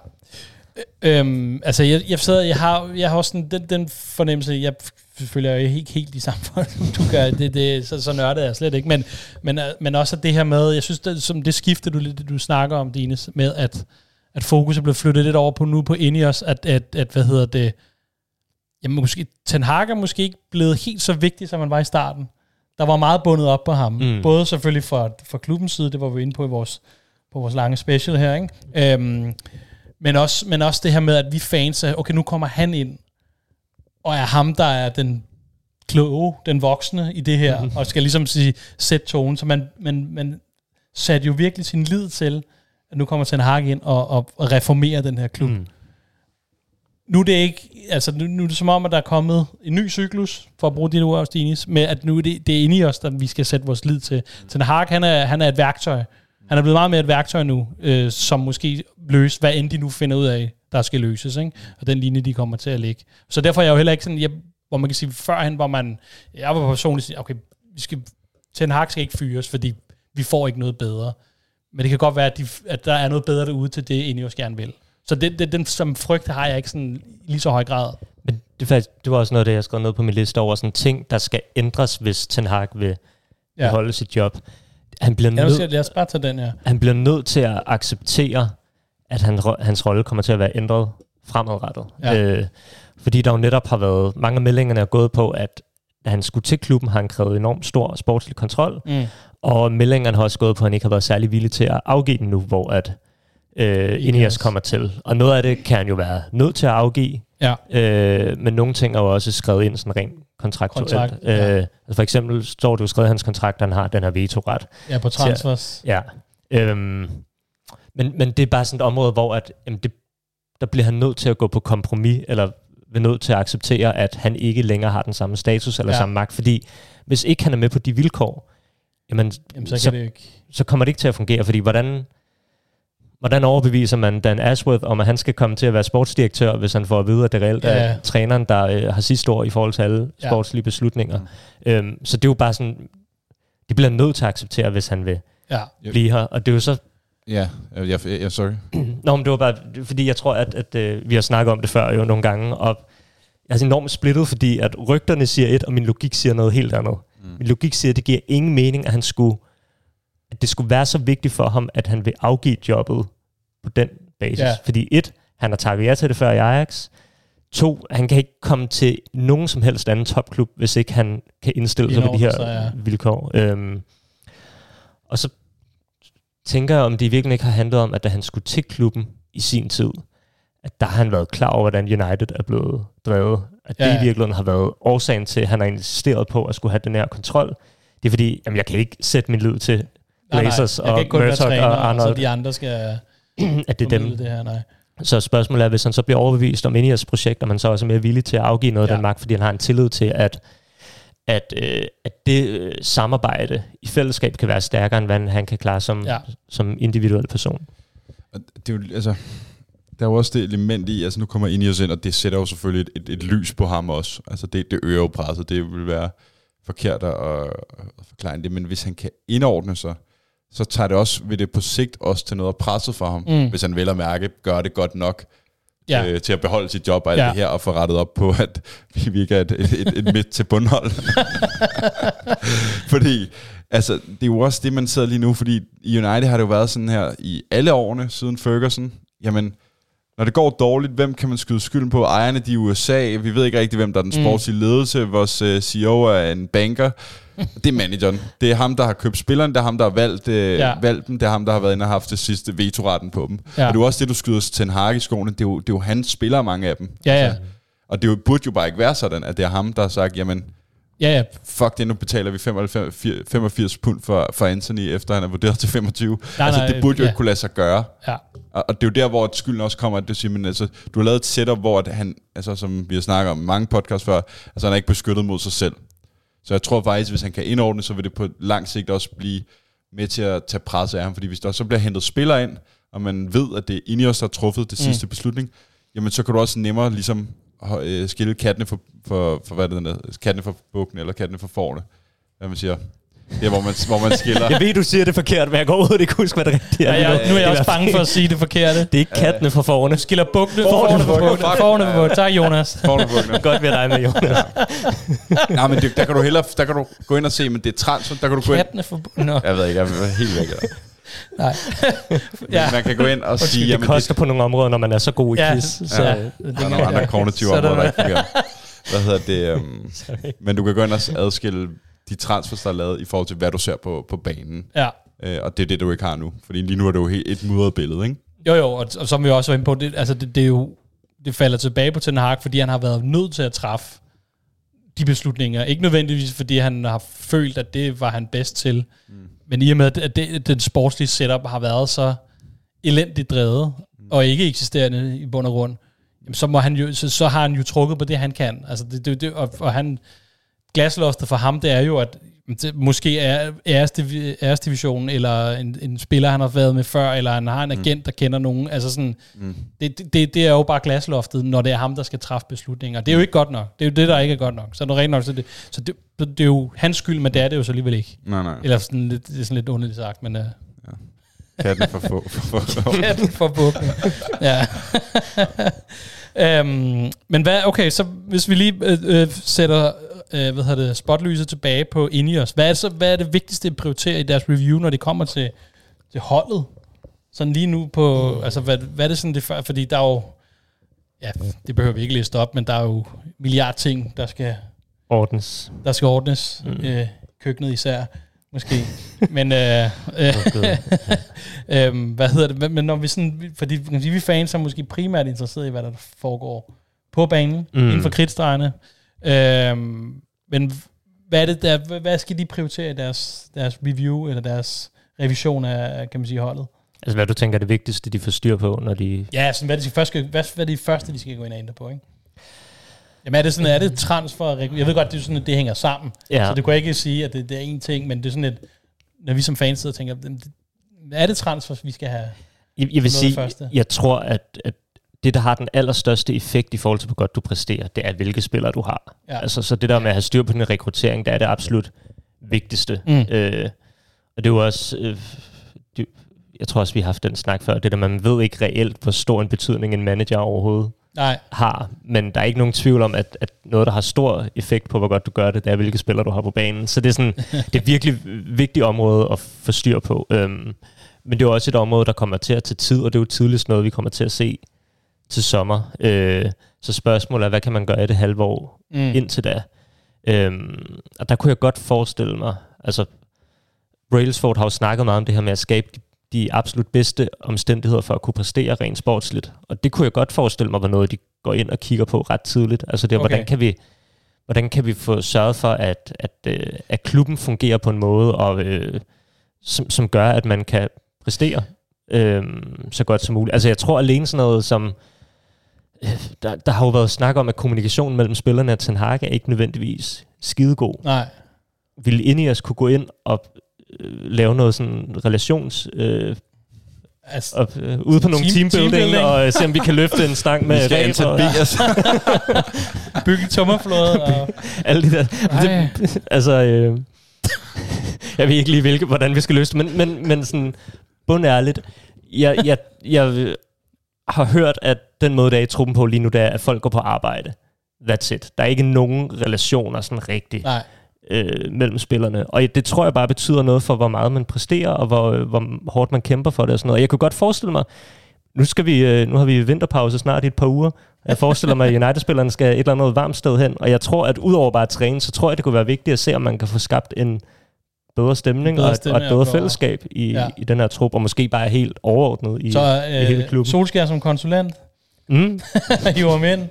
Altså jeg har også den fornemmelse, jeg følger jo ikke helt i samme forhold, som du gør, det så nørdet er jeg slet ikke, men også det her med, jeg synes, som det skifte, du snakker om, Dines, med at fokus er blevet flyttet lidt over på nu på Ineos, at hvad hedder det, jamen måske, Ten Hag er måske ikke blevet helt så vigtig, som man var i starten. Der var meget bundet op på ham, både selvfølgelig for klubbens side, det var vi inde på i vores lange special her, ikke? Men også det her med, at vi fans er, okay, nu kommer han ind, og er ham, der er den kloge, den voksne i det her, og skal ligesom sætte tonen, så man satte jo virkelig sin lid til, at nu kommer Ten Hag ind og reformerer den her klub. Nu er det ikke, altså nu er det som om, at der er kommet en ny cyklus, for at bruge dine ord, Stinis, med at nu er det er inde i os, der vi skal sætte vores lid til. Ten Hag, han er et værktøj. Han er blevet meget mere et værktøj nu, som måske løser, hvad end de nu finder ud af, der skal løses, ikke? Og den linje, de kommer til at lægge. Så derfor er jeg jo heller ikke sådan, hvor man kan sige, førhen, jeg var personligt sige, okay, Ten Hag skal ikke fyres, fordi vi får ikke noget bedre. Men det kan godt være, at der er noget bedre derude til det, Ineos gerne vil. Så den som frygt har jeg ikke sådan lige så høj grad. Men det var også noget af det, jeg skrev ned på min liste over sådan ting, der skal ændres, hvis Ten Hag vil holde sit job. Han bliver nødt til at acceptere, at hans rolle kommer til at være ændret fremadrettet. Ja. Fordi der jo netop har været, mange af meldingerne er gået på, at da han skulle til klubben, har han krævet enormt stor sportslig kontrol, og meldingerne har også gået på, at han ikke har været særlig villig til at afgive den nu, hvor at Ineos kommer til. Og noget af det kan han jo være nødt til at afgive, men nogle ting er jo også skrevet ind sådan rent kontraktuelt. Ja. Altså for eksempel står det jo skrevet i hans kontrakt, at han har den her vetoret. Ja, på transfers. Ja. Men det er bare sådan et område, hvor der bliver han nødt til at gå på kompromis, eller er nødt til at acceptere, at han ikke længere har den samme status eller samme magt, fordi hvis ikke han er med på de vilkår, jamen så kommer det ikke til at fungere, fordi hvordan overbeviser man Dan Ashworth om, at han skal komme til at være sportsdirektør, hvis han får at vide, at det reelt er træneren, der har sidste ord i forhold til alle sportslige beslutninger. Så det er jo bare sådan, det bliver nødt til at acceptere, hvis han vil blive her, og det er jo så... Ja, sorry. Nå, men det var bare, fordi jeg tror, at vi har snakket om det før jo nogle gange, og jeg er enormt splittet, fordi at rygterne siger et, og min logik siger noget helt andet. Min logik siger, at det giver ingen mening, at det skulle være så vigtigt for ham, at han vil afgive jobbet på den basis. Ja. Fordi 1, han har takket ja til det før i Ajax. 2, han kan ikke komme til nogen som helst anden topklub, hvis ikke han kan indstille sig på de her vilkår. Og så tænker jeg, om det virkelig ikke har handlet om, at da han skulle til klubben i sin tid, at der har han været klar over, hvordan United er blevet drevet. At det i virkeligheden har været årsagen til, at han har insisteret på at skulle have den her kontrol. Det er fordi, jamen, jeg kan ikke sætte min lid til Glazers og Murdoch og Arnold. Så de andre skal at det er dem. Det her, nej. Så spørgsmålet er, hvis han så bliver overbevist om Ineos projekt, og man så også er mere villig til at afgive noget af den magt, fordi han har en tillid til, at det samarbejde i fællesskab kan være stærkere, end hvad han kan klare som individuel person. Det er jo, altså, der er jo også det element i, altså nu kommer Ineos ind, og det sætter jo selvfølgelig et lys på ham også. Altså det øger jo presset, det vil være forkert at forklare det, men hvis han kan indordne sig, så tager det også, vil det på sigt også til noget af presset for ham, hvis han vel at mærke, gør det godt nok til at beholde sit job og alt det her, og få rettet op på, at vi ikke er et midt til bundhold. Fordi, altså, det er jo også det, man sidder lige nu, fordi i United har det jo været sådan her i alle årene siden Ferguson, jamen, når det går dårligt, hvem kan man skyde skylden på? Ejerne de i USA, vi ved ikke rigtig, hvem der er den sportslige ledelse, vores CEO er en banker, det er manageren. Det er ham, der har købt spilleren, det er ham, der har valgt dem, det er ham, der har været inde og haft det sidste vetoretten på dem. Og det er jo også det, du skyder til en Hag i skoene, det er jo hans spillere, mange af dem. Altså, og det burde jo bare ikke være sådan, at det er ham, der har sagt, jamen, fuck det, nu betaler vi 85 pund for Anthony, efter han er vurderet til 25. Det burde jo ikke kunne lade sig gøre. Ja. Og det er jo der, hvor skylden også kommer, at det siger, men altså, du har lavet et setup, hvor at han, altså, som vi har snakket om i mange podcasts før, altså han er ikke beskyttet mod sig selv. Så jeg tror faktisk, hvis han kan indordne, så vil det på lang sigt også blive med til at tage pres af ham, fordi hvis der så bliver hentet spillere ind, og man ved, at det er Ineos, der har truffet det sidste beslutning, jamen så kan du også nemmere ligesom skille kattene for hvad det er, kattene for bukken, eller kattene for fårene, hvad man siger. Det er, hvor man skiller. Jeg ved, du siger det forkert, men jeg går ud, det kunne huske, hvad det rigtige er. Nu er jeg også bange for at sige det forkerte. Det er ikke kattene for forne. Skiller bukkene for forne. Tak, Jonas. Godt ved dig med, Jonas. Nej, men der kan du gå ind og se, men det er transfer, der kan du gå ind. Kattene for bukkene. Jeg ved ikke, jeg er helt væk der. Nej. Man kan gå ind og sige... Det koster på nogle områder, når man er så god i quiz. Så der er nogle andre kognitive områder, der ikke fungerer. Hvad hedder det? Men du kan gå ind og adskille de transfers, der er lavet i forhold til, hvad du ser på banen. Ja. Og det er det, du ikke har nu. Fordi lige nu er det jo helt et mudret billede, ikke? Jo, og som vi også var inde på, det falder tilbage på Ten Hag, fordi han har været nødt til at træffe de beslutninger. Ikke nødvendigvis, fordi han har følt, at det var han bedst til. Men i og med, at den sportslige setup har været så elendigt drevet, og ikke eksisterende i bund og grund, så må han jo, så har han jo trukket på det, han kan. Altså og han... Glasloftet for ham, det er jo, at det måske er æresdivisionen, eller en spiller, han har været med før, eller han har en agent, der kender nogen. Altså sådan, det er jo bare glasloftet, når det er ham, der skal træffe beslutninger. Det er jo ikke godt nok. Det er jo det, der ikke er godt nok. Så er det rent nok, så det er jo hans skyld, men det er det jo så alligevel ikke. Nej. Eller sådan lidt, det er sådan lidt underligt sagt, men... Katten for få. Katten for bukken. Ja. Men hvad, okay, så hvis vi lige sætter spotlyset tilbage på Ineos, hvad er det vigtigste at prioritere i deres review, når det kommer til holdet? Sådan lige nu på, altså hvad er det sådan det før, fordi der er jo, ja, det behøver vi ikke læse op, men der er jo milliard ting, der skal ordnes. Køkkenet især, måske. Men hvad hedder det? Men når vi sådan, fordi vi fans er måske primært interesseret i, hvad der foregår på banen, inden for kridtstregerne. Men hvad skal de prioritere i deres review, eller deres revision af, kan man sige, holdet? Altså, hvad du tænker er det vigtigste, de får styr på, når de... Ja, sådan, hvad er det første, de skal gå ind og ændre på, ikke? Jamen, er det transfer? Jeg ved godt, det er sådan, at det hænger sammen. Ja. Så det kunne jeg ikke sige, at det er én ting, men det er sådan et... Når vi som fans sidder og tænker, er det transfer, vi skal have? Jeg vil sige, jeg tror, at det, der har den allerstørste effekt i forhold til, hvor godt du præsterer, det er, hvilke spillere du har. Ja. Altså, så det der med at have styr på din rekruttering, det er det absolut vigtigste. Og det er jo også... jeg tror også, vi har haft den snak før. Det der, man ved ikke reelt, hvor stor en betydning en manager overhovedet har. Men der er ikke nogen tvivl om, at noget, der har stor effekt på, hvor godt du gør det, det er, hvilke spillere du har på banen. Så det er sådan, det er et virkelig vigtigt område at få styr på. Men det er også et område, der kommer til at tage tid, og det er jo tidligst noget, vi kommer til at se til sommer. Så spørgsmålet er, hvad kan man gøre i det halve år indtil da? Og der kunne jeg godt forestille mig, altså Brailsford har jo snakket meget om det her med at skabe de absolut bedste omstændigheder for at kunne præstere rent sportsligt. Og det kunne jeg godt forestille mig, var noget, de går ind og kigger på ret tidligt. Altså det er, hvordan kan vi få sørget for, at klubben fungerer på en måde, og som gør, at man kan præstere så godt som muligt. Altså jeg tror alene sådan noget som... Der har jo været snak om, at kommunikationen mellem spillerne af Ten Hag er ikke nødvendigvis skidegod. Nej. Ville Ineos kunne gå ind og lave noget sådan relations... ude på nogle teambuilding og se om vi kan løfte en stang med bygge tommerflåde og alle de der. Altså jeg ved ikke lige hvordan vi skal løse det, men sådan bundærligt. Jeg har hørt, at den måde, der er i truppen på lige nu, der er, at folk går på arbejde. That's it. Der er ikke nogen relationer sådan rigtigt mellem spillerne. Og det tror jeg bare betyder noget for, hvor meget man præsterer, og hvor hårdt man kæmper for det og sådan noget. Jeg kunne godt forestille mig, nu har vi vinterpause snart i et par uger. Jeg forestiller mig, at United-spillerne skal et eller andet varmt sted hen, og jeg tror, at udover bare at træne, så tror jeg, det kunne være vigtigt at se, om man kan få skabt en bedre stemning og et bedre fællesskab i den her trup, og måske bare helt overordnet i hele klubben. Solskjær som konsulent. Hiver ham ind.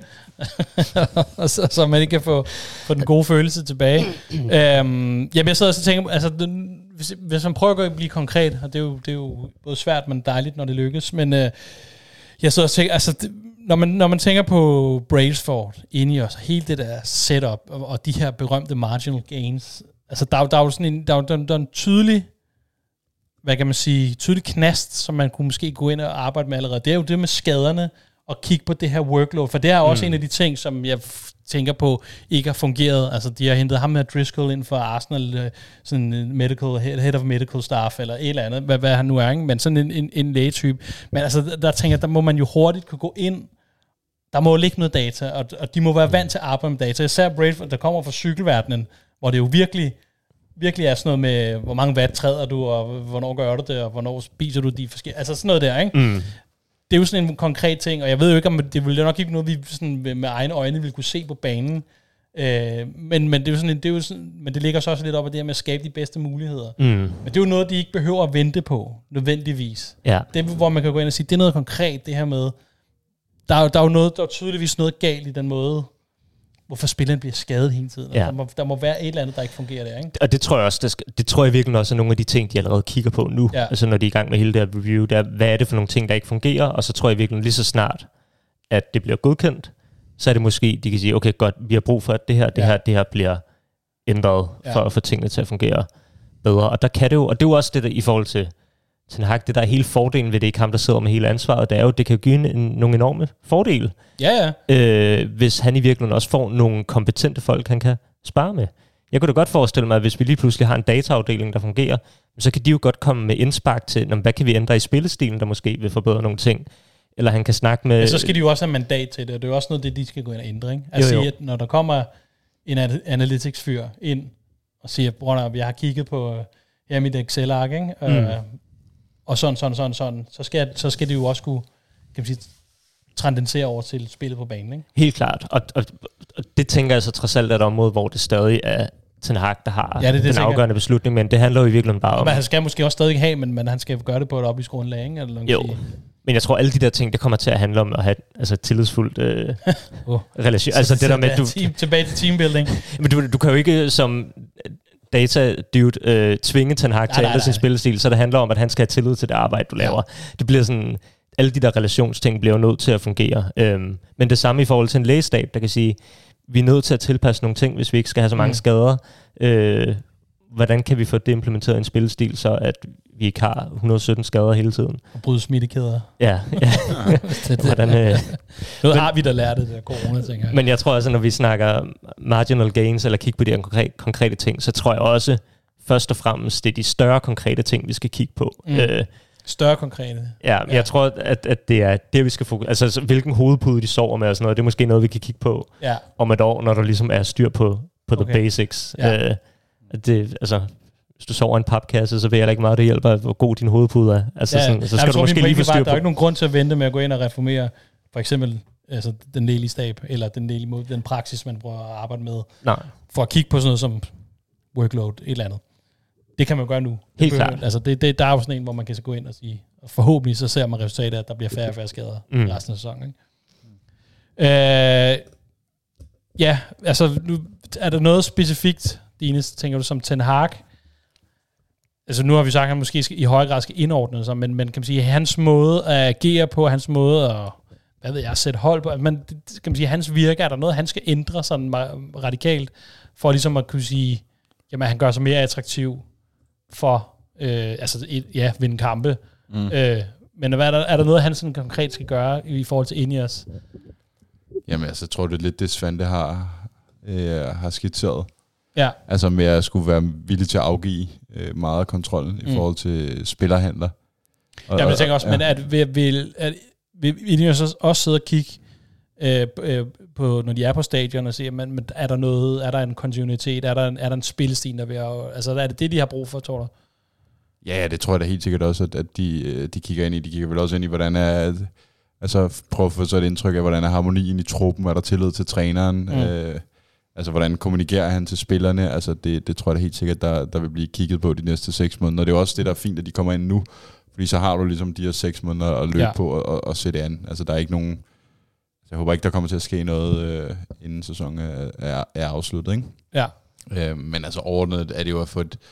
så man ikke kan få den gode følelse tilbage. Jamen jeg sidder og tænker, altså hvis man prøver at blive konkret, og det er jo både svært, men dejligt, når det lykkes, men jeg sidder og tænker, altså når man tænker på Brailsford, Ineos, hele det der setup, og de her berømte marginal gains, altså der er jo sådan en tydelig, hvad kan man sige, tydelig knast, som man kunne måske gå ind og arbejde med allerede. Det er jo det med skaderne, og kigge på det her workload, for det er også en af de ting, som jeg tænker på ikke har fungeret. Altså de har hentet ham med Driscoll ind for Arsenal, sådan medical, head of medical staff, eller et eller andet, hvad han nu er, ikke? Men sådan en lægetype. Men altså der tænker jeg, der må man jo hurtigt kunne gå ind, der må ligge noget data, og de må være vant til at arbejde med data. Især Brailsford, der kommer fra cykelverdenen, hvor det jo virkelig er sådan noget med, hvor mange watt træder du, og hvornår gør du det, og hvornår spiser du de forskellige, altså sådan noget der, ikke? Det er jo sådan en konkret ting, og jeg ved jo ikke, om det ville nok ikke noget, vi sådan med egne øjne ville kunne se på banen. Men det er jo sådan, men det ligger så også lidt op af det her med at skabe de bedste muligheder. Men det er jo noget, de ikke behøver at vente på, nødvendigvis. Ja. Det er, hvor man kan gå ind og sige, det er noget konkret, det her med, der er jo noget, der er tydeligvis noget galt i den måde, hvorfor spilleren bliver skadet hele tiden. Ja. Der må være et eller andet, der ikke fungerer der, ikke? Og det tror jeg også, det tror jeg virkelig også er nogle af de ting, de allerede kigger på nu. Ja. Altså når de er i gang med hele det her review, hvad er det for nogle ting, der ikke fungerer? Og så tror jeg virkelig lige så snart, at det bliver godkendt, så er det måske, de kan sige, okay, godt, vi har brug for, at det her bliver ændret, for at få tingene til at fungere bedre. Og der kan det jo, og det er jo også det der i forhold til Ten Hag, det der er hele fordelen ved det, ikke ham, der sidder med hele ansvaret, det er jo, det kan give nogle enorme fordele. Ja. Hvis han i virkeligheden også får nogle kompetente folk, han kan spare med. Jeg kunne da godt forestille mig, at hvis vi lige pludselig har en dataafdeling, der fungerer, så kan de jo godt komme med indspark til, hvad kan vi ændre i spillestilen, der måske vil forbedre nogle ting. Eller han kan snakke med... Ja, så skal de jo også have mandat til det, og det er jo også noget, det de skal gå ind og ændre, ikke? Altså sige, at når der kommer en analytics-fyr ind og siger, bror, jeg har kigget på her mit Excel-ark, ikke? Og sådan, så skal det jo også kunne, kan man sige, transcendere over til spillet på banen, ikke? Helt klart, og det tænker jeg så trods alt er et område, hvor det stadig er Ten Hag, der har den afgørende beslutning, men det handler jo i virkeligheden bare om... Men han skal måske også stadig have, men han skal gøre det på et oplyst grundlag, ikke? Eller jo, Men jeg tror, alle de der ting, det kommer til at handle om at have altså, tillidsfuldt relation. Altså det der med, du... Tilbage til teambuilding. Men du kan jo ikke som data-dude tvinge Ten Hag til at ændre sin spillestil, så det handler om, at han skal have tillid til det arbejde, du laver. Det bliver sådan... Alle de der relationsting bliver jo nødt til at fungere. Men det samme i forhold til en lægestab, der kan sige, vi er nødt til at tilpasse nogle ting, hvis vi ikke skal have så mange skader. Hvordan kan vi få det implementeret i en spillestil, så at vi ikke har 117 skader hele tiden? Og bryde smittekæder. Ja. Hvordan, noget har vi da lært det der corona, tænker jeg. Men jeg tror også, når vi snakker marginal gains, eller kigge på de her konkrete ting, så tror jeg også, først og fremmest, det er de større konkrete ting, vi skal kigge på. Større konkrete. Ja, jeg tror, at det er det, vi skal fokusere. Altså, hvilken hovedpude de sover med og sådan noget, det er måske noget, vi kan kigge på om et år, når der ligesom er styr på the basics. Ja. Hvis du sover i en papkasse, så ved jeg ikke meget, det hjælper, hvor god din hovedpude er. Altså, så skal du måske lige få styr på. Der er ikke nogen grund til at vente med at gå ind og reformere, for eksempel den del i stab, eller den praksis, man prøver at arbejde med. Nej. For at kigge på sådan noget som workload, et eller andet. Det kan man gøre nu. Helt klart. Altså, der er jo sådan en, hvor man kan så gå ind og sige, og forhåbentlig så ser man resultatet, at der bliver færre og færre skader resten af sæsonen. Ikke? Ja, altså, nu, er der noget specifikt, Dines, tænker du, som Ten Hag? Altså, nu har vi sagt, at han måske i højere grad skal indordne sig, men kan man sige, hans måde at agere på, hans måde at, sætte hold på, kan man sige, hans virke, er der noget, han skal ændre sådan radikalt, for ligesom at kunne sige, jamen, han gør sig mere attraktiv for, vinde kampe. Men er der noget, han sådan konkret skal gøre i forhold til Ineos? Jamen, altså, jeg tror, det er lidt det, Svante har skitseret. Ja. Altså med at skulle være villig til at afgive meget af kontrollen i forhold til spillerhandler. Men jeg tænker også, men vil Ineos også sidde og kigge på, når de er på stadion og se, men er der en kontinuitet, er der en spillestil, der vil, altså er det de har brug for, tror du? Ja, det tror jeg da helt sikkert også, at de kigger ind i. De kigger vel også ind i, hvordan er, altså prøv at få så et indtryk af, hvordan er harmonien i truppen, er der tillid til træneren, altså hvordan kommunikerer han til spillerne, altså det tror jeg da helt sikkert, der vil blive kigget på de næste 6 måneder, og det er også det, der er fint, at de kommer ind nu, fordi så har du ligesom de her 6 måneder at løbe på og sætte an. Altså der er ikke nogen, jeg håber ikke, der kommer til at ske noget, inden sæsonen er afsluttet, ikke? Ja. Men altså overordnet er det jo at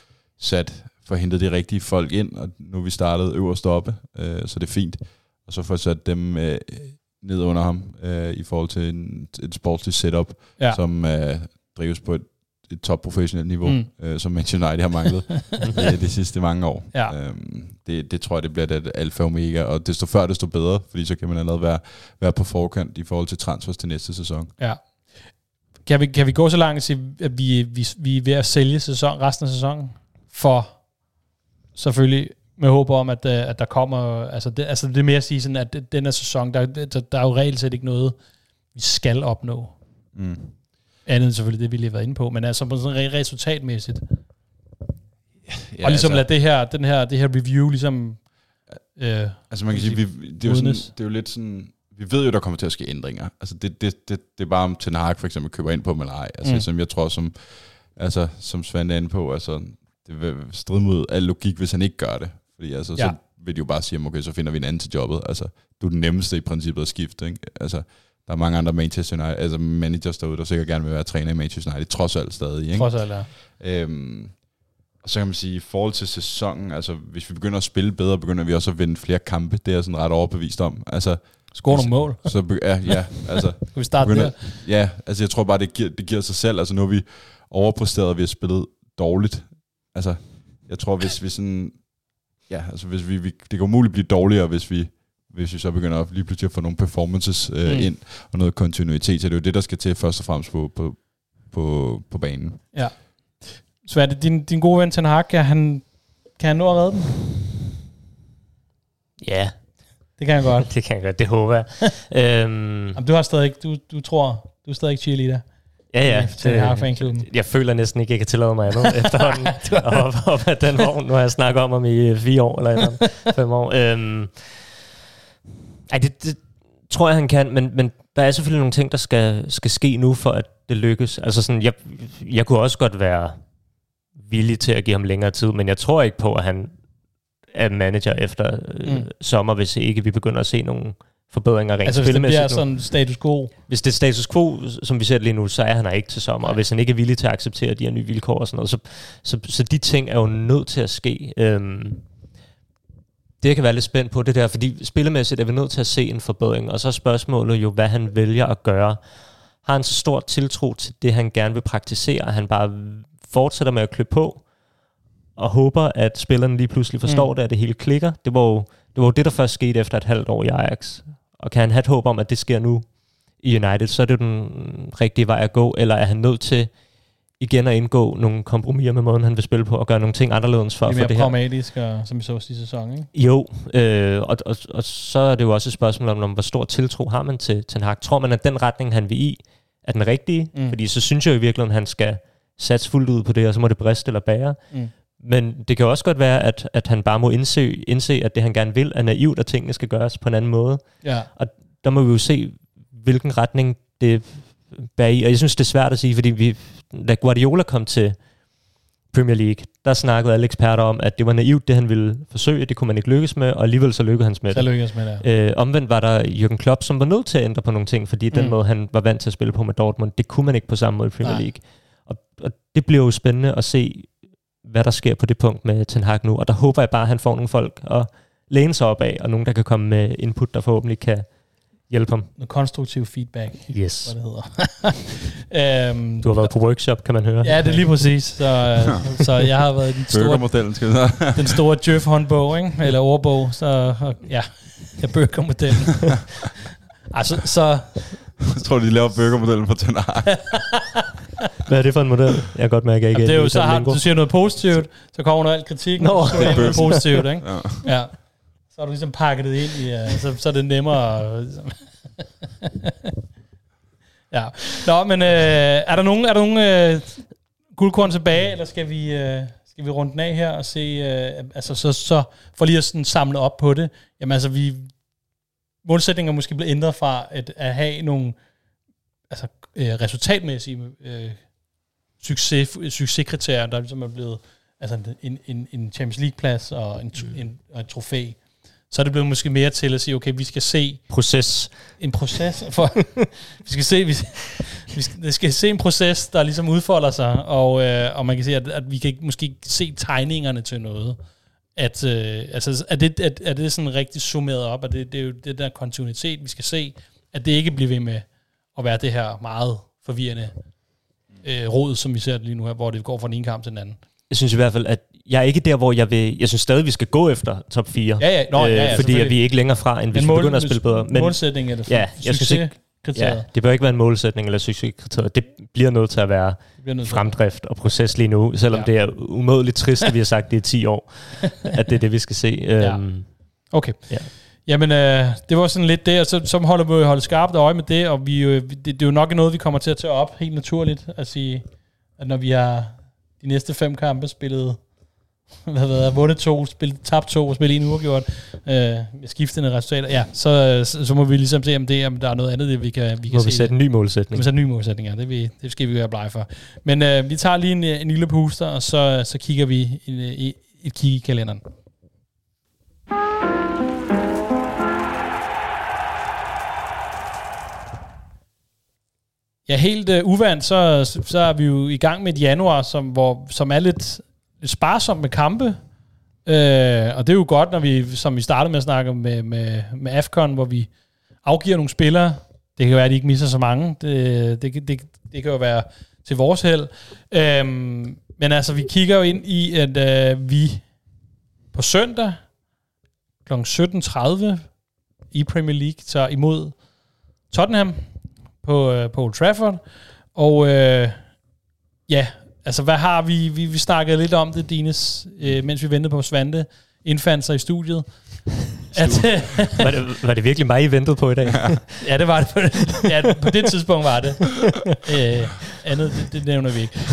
få hentet de rigtige folk ind, og nu er vi startet øverst oppe, så det er fint. Og så få sat dem ned under ham i forhold til et sportsligt setup, som drives på et top-professionelt niveau, som Manchester United har manglet de sidste mange år. Ja. Det tror jeg, det bliver det alfa og omega, og desto før, desto bedre, fordi så kan man allerede være på forkant i forhold til transfers til næste sæson. Ja. Kan vi gå så langt, at vi er ved at sælge resten af sæsonen, for selvfølgelig med håb om, at der kommer, det er mere at sige sådan, at den her sæson, der er jo reelt set ikke noget, vi skal opnå. Andet end selvfølgelig det, vi lige har været inde på, men altså på sådan resultatmæssigt. Ja, og ligesom lade det her review ligesom altså man kan sige, det er jo lidt sådan, vi ved jo, der kommer til at ske ændringer. Altså det er bare om Ten Hag for eksempel køber ind på, eller ej. Altså som jeg tror, som Svante er inde på, altså det vil stride mod al logik, hvis han ikke gør det. Fordi altså, så vil de jo bare sige, okay, så finder vi en anden til jobbet. Altså, du er den nemmeste i princippet at skifte, ikke? Altså, der er mange andre Manchester United, altså managers derude, der sikkert gerne vil være træner i Manchester United, trods alt stadig, ikke? Trods alt, ja. Og så kan man sige, i forhold til sæsonen, altså, hvis vi begynder at spille bedre, begynder vi også at vinde flere kampe. Det er jeg sådan ret overbevist om. Altså, score nogle mål. Altså, skal vi starte der? Ja, altså jeg tror bare, det giver sig selv. Altså, nu har vi overpræsteret, og vi har spillet dårligt. Altså, jeg tror, hvis vi sådan... Ja, altså hvis det kan umuligt blive dårligere, hvis vi så begynder at lige pludselig at få nogle performances ind, og noget kontinuitet. Så det er jo det, der skal til først og fremmest på banen. Ja. Så er det din gode ven Ten Hag, kan han nå at redde den? Ja. Det kan jeg godt. Det kan jeg godt, det håber jeg. Jamen, du har stadig, du tror, du er stadig cheerleader. Ja. Jeg føler næsten ikke, jeg kan tillade mig andet efterhånden. op af den vogn, nu har jeg snakket om i 4 år, eller 5 år. Det tror jeg, han kan, men der er selvfølgelig nogle ting, der skal ske nu, for at det lykkes. Altså sådan, jeg kunne også godt være villig til at give ham længere tid, men jeg tror ikke på, at han af manager efter sommer, hvis ikke vi begynder at se nogle forbedringer rent altså, spillemæssigt. Altså hvis det bliver sådan status quo? Hvis det er status quo, som vi ser lige nu, så er han her ikke til sommer. Og hvis han ikke er villig til at acceptere de her nye vilkår og sådan noget, så de ting er jo nødt til at ske. Det kan være lidt spændt på det der, fordi spillemæssigt er vi nødt til at se en forbedring. Og så er spørgsmålet jo, hvad han vælger at gøre. Har han så stor tiltro til det, han gerne vil praktisere, at han bare fortsætter med at klø på, og håber, at spillerne lige pludselig forstår det, at det hele klikker. Det var jo det, der først skete efter et halvt år i Ajax. Og kan han have et håb om, at det sker nu i United, så er det den rigtige vej at gå, eller er han nødt til igen at indgå nogle kompromiser med måden, han vil spille på, og gøre nogle ting anderledes for at få det her. Det er mere pragmatisk, som vi så sidste sæson, ikke? Jo, og så er det jo også et spørgsmål om, hvor stor tiltro har man til Ten Hag. Tror man, at den retning, han vil i, er den rigtige? Fordi så synes jeg jo i virkeligheden, at han skal satse fuldt ud på det, og så må det briste eller bære. Men det kan også godt være, at han bare må indse, at det han gerne vil, er naivt, at tingene skal gøres på en anden måde. Ja. Og der må vi jo se, hvilken retning det bærer i. Og jeg synes, det er svært at sige, fordi da Guardiola kom til Premier League, der snakkede alle eksperter om, at det var naivt, det han ville forsøge, det kunne man ikke lykkes med, og alligevel så lykkedes han med det. Så lykkedes med det. Omvendt var der Jürgen Klopp, som var nødt til at ændre på nogle ting, fordi den måde, han var vant til at spille på med Dortmund, det kunne man ikke på samme måde i Premier League. Og det bliver jo spændende at se, hvad der sker på det punkt med Ten Hag nu, og der håber jeg bare, at han får nogle folk at læne sig op af, og nogen, der kan komme med input, der forhåbentlig kan hjælpe ham. Noget konstruktiv feedback, yes. Hvad det hedder. Du har været på workshop, kan man høre. Ja, det er lige præcis. Så jeg har været den store Djøf-håndbog, ikke? Eller ordbog, så ja, jeg burgermodellen. Altså, så... Jeg tror, de laver burgermodellen på Ten Hag. Hvad er det for en model? Jeg kan godt mærke, at jeg ikke det er jo så du siger noget positivt, så kommer noget alt kritik, og så er noget positivt, ikke? Ja. Så har du ligesom pakket det ind i, så er det nemmere. Ja. Nå, men er der nogen guldkorn tilbage, eller skal vi runde den af her og se, altså så for lige at sådan samle op på det. Jamen altså, målsætninger måske blevet ændret fra at have nogle altså resultatmæssige succeskriterier, der ligesom er blevet altså en Champions League plads og et trofæ. Så er det blevet måske mere til at sige, okay, vi skal se en proces for vi skal se en proces, der ligesom udfolder sig, og man kan se, at vi kan måske se tegningerne til noget. Altså er det sådan rigtig summeret op, at det er jo det der kontinuitet, vi skal se, at det ikke bliver ved med at være det her meget forvirrende råd, som vi ser det lige nu her, hvor det går fra den ene kamp til den anden. Jeg synes i hvert fald, at jeg er ikke der, hvor jeg synes stadig, vi skal gå efter top 4. Ja, fordi at vi er ikke længere fra, end hvis vi begynder at spille bedre. Men målsætning eller succeskriteriet. Ja, det bør ikke være en målsætning eller succeskriteriet. Det bliver nødt til at være fremdrift og proces lige nu, selvom det er umådeligt trist, at vi har sagt det i 10 år, at det er det, vi skal se. Okay. Ja. Jamen, det var sådan lidt det, og så holder vi jo holde skarpt øje med det, og det er jo nok noget, vi kommer til at tage op helt naturligt, at sige, at når vi har de næste 5 kampe spillet, vundet 2, tabt 2 og spillet 1 uafgjort, med skiftende resultater, ja, så må vi ligesom se, om der er noget andet, vi kan se. Må vi sætte en ny målsætning. Vi sætte en ny målsætning, ja, det skal vi være blege for. Men vi tager lige en lille puster, og så kigger vi et kig i kalenderen. Ja, helt uvandt, så er vi jo i gang med et januar, som er lidt sparsomt med kampe. Og det er jo godt, når vi, som vi startede med at snakke med AFCON, hvor vi afgiver nogle spillere. Det kan være, at de ikke misser så mange. Det kan jo være til vores held. Men altså, vi kigger jo ind i, at vi på søndag kl. 17:30 i Premier League tager imod Tottenham på Old Trafford. Og ja, altså hvad har vi snakkede lidt om det, Dines, mens vi ventede på Svante indfandt sig i studiet. Var det virkelig mig, I ventede på i dag? Ja, det var det. På det tidspunkt var det. Andet, det nævner vi ikke.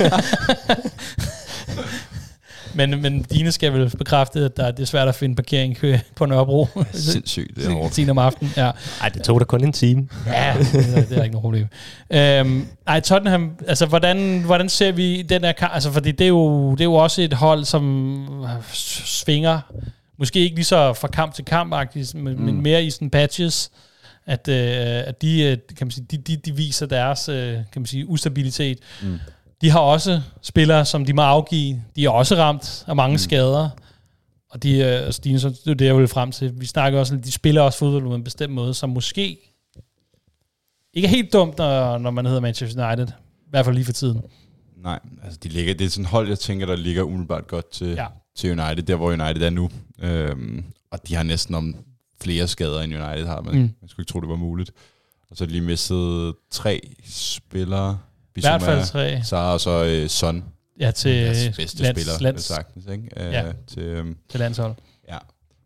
Men Dine skal vel bekræfte, at det er svært at finde parkering på Nørrebro. Sindssygt, det er hårdt. 10 om aftenen, ja. Ej, det tog da kun en time. Ja, det er ikke noget problem. Tottenham, altså hvordan ser vi den her kamp? Altså, fordi det er jo også et hold, som svinger måske ikke lige så fra kamp til kamp-agtigt, men mere i sådan patches, at de, kan man sige, de viser deres, kan man sige, ustabilitet. De har også spillere, som de må afgive. De er også ramt af mange skader. Og Stine, så det er det, jeg vil frem til. Vi snakker også, de spiller også fodbold på en bestemt måde, som måske ikke er helt dumt, når man hedder Manchester United. I hvert fald lige for tiden. Nej, altså det er sådan et hold, jeg tænker, der ligger umiddelbart godt til United, der hvor United er nu. Og de har næsten om flere skader, end United har. Man skulle ikke tro, det var muligt. Og så har de lige mistet 3 spillere. I hvert fald 3. Så og så Son. Ja, til deres bedste spiller, sagtens, ikke? Til landshold. Ja.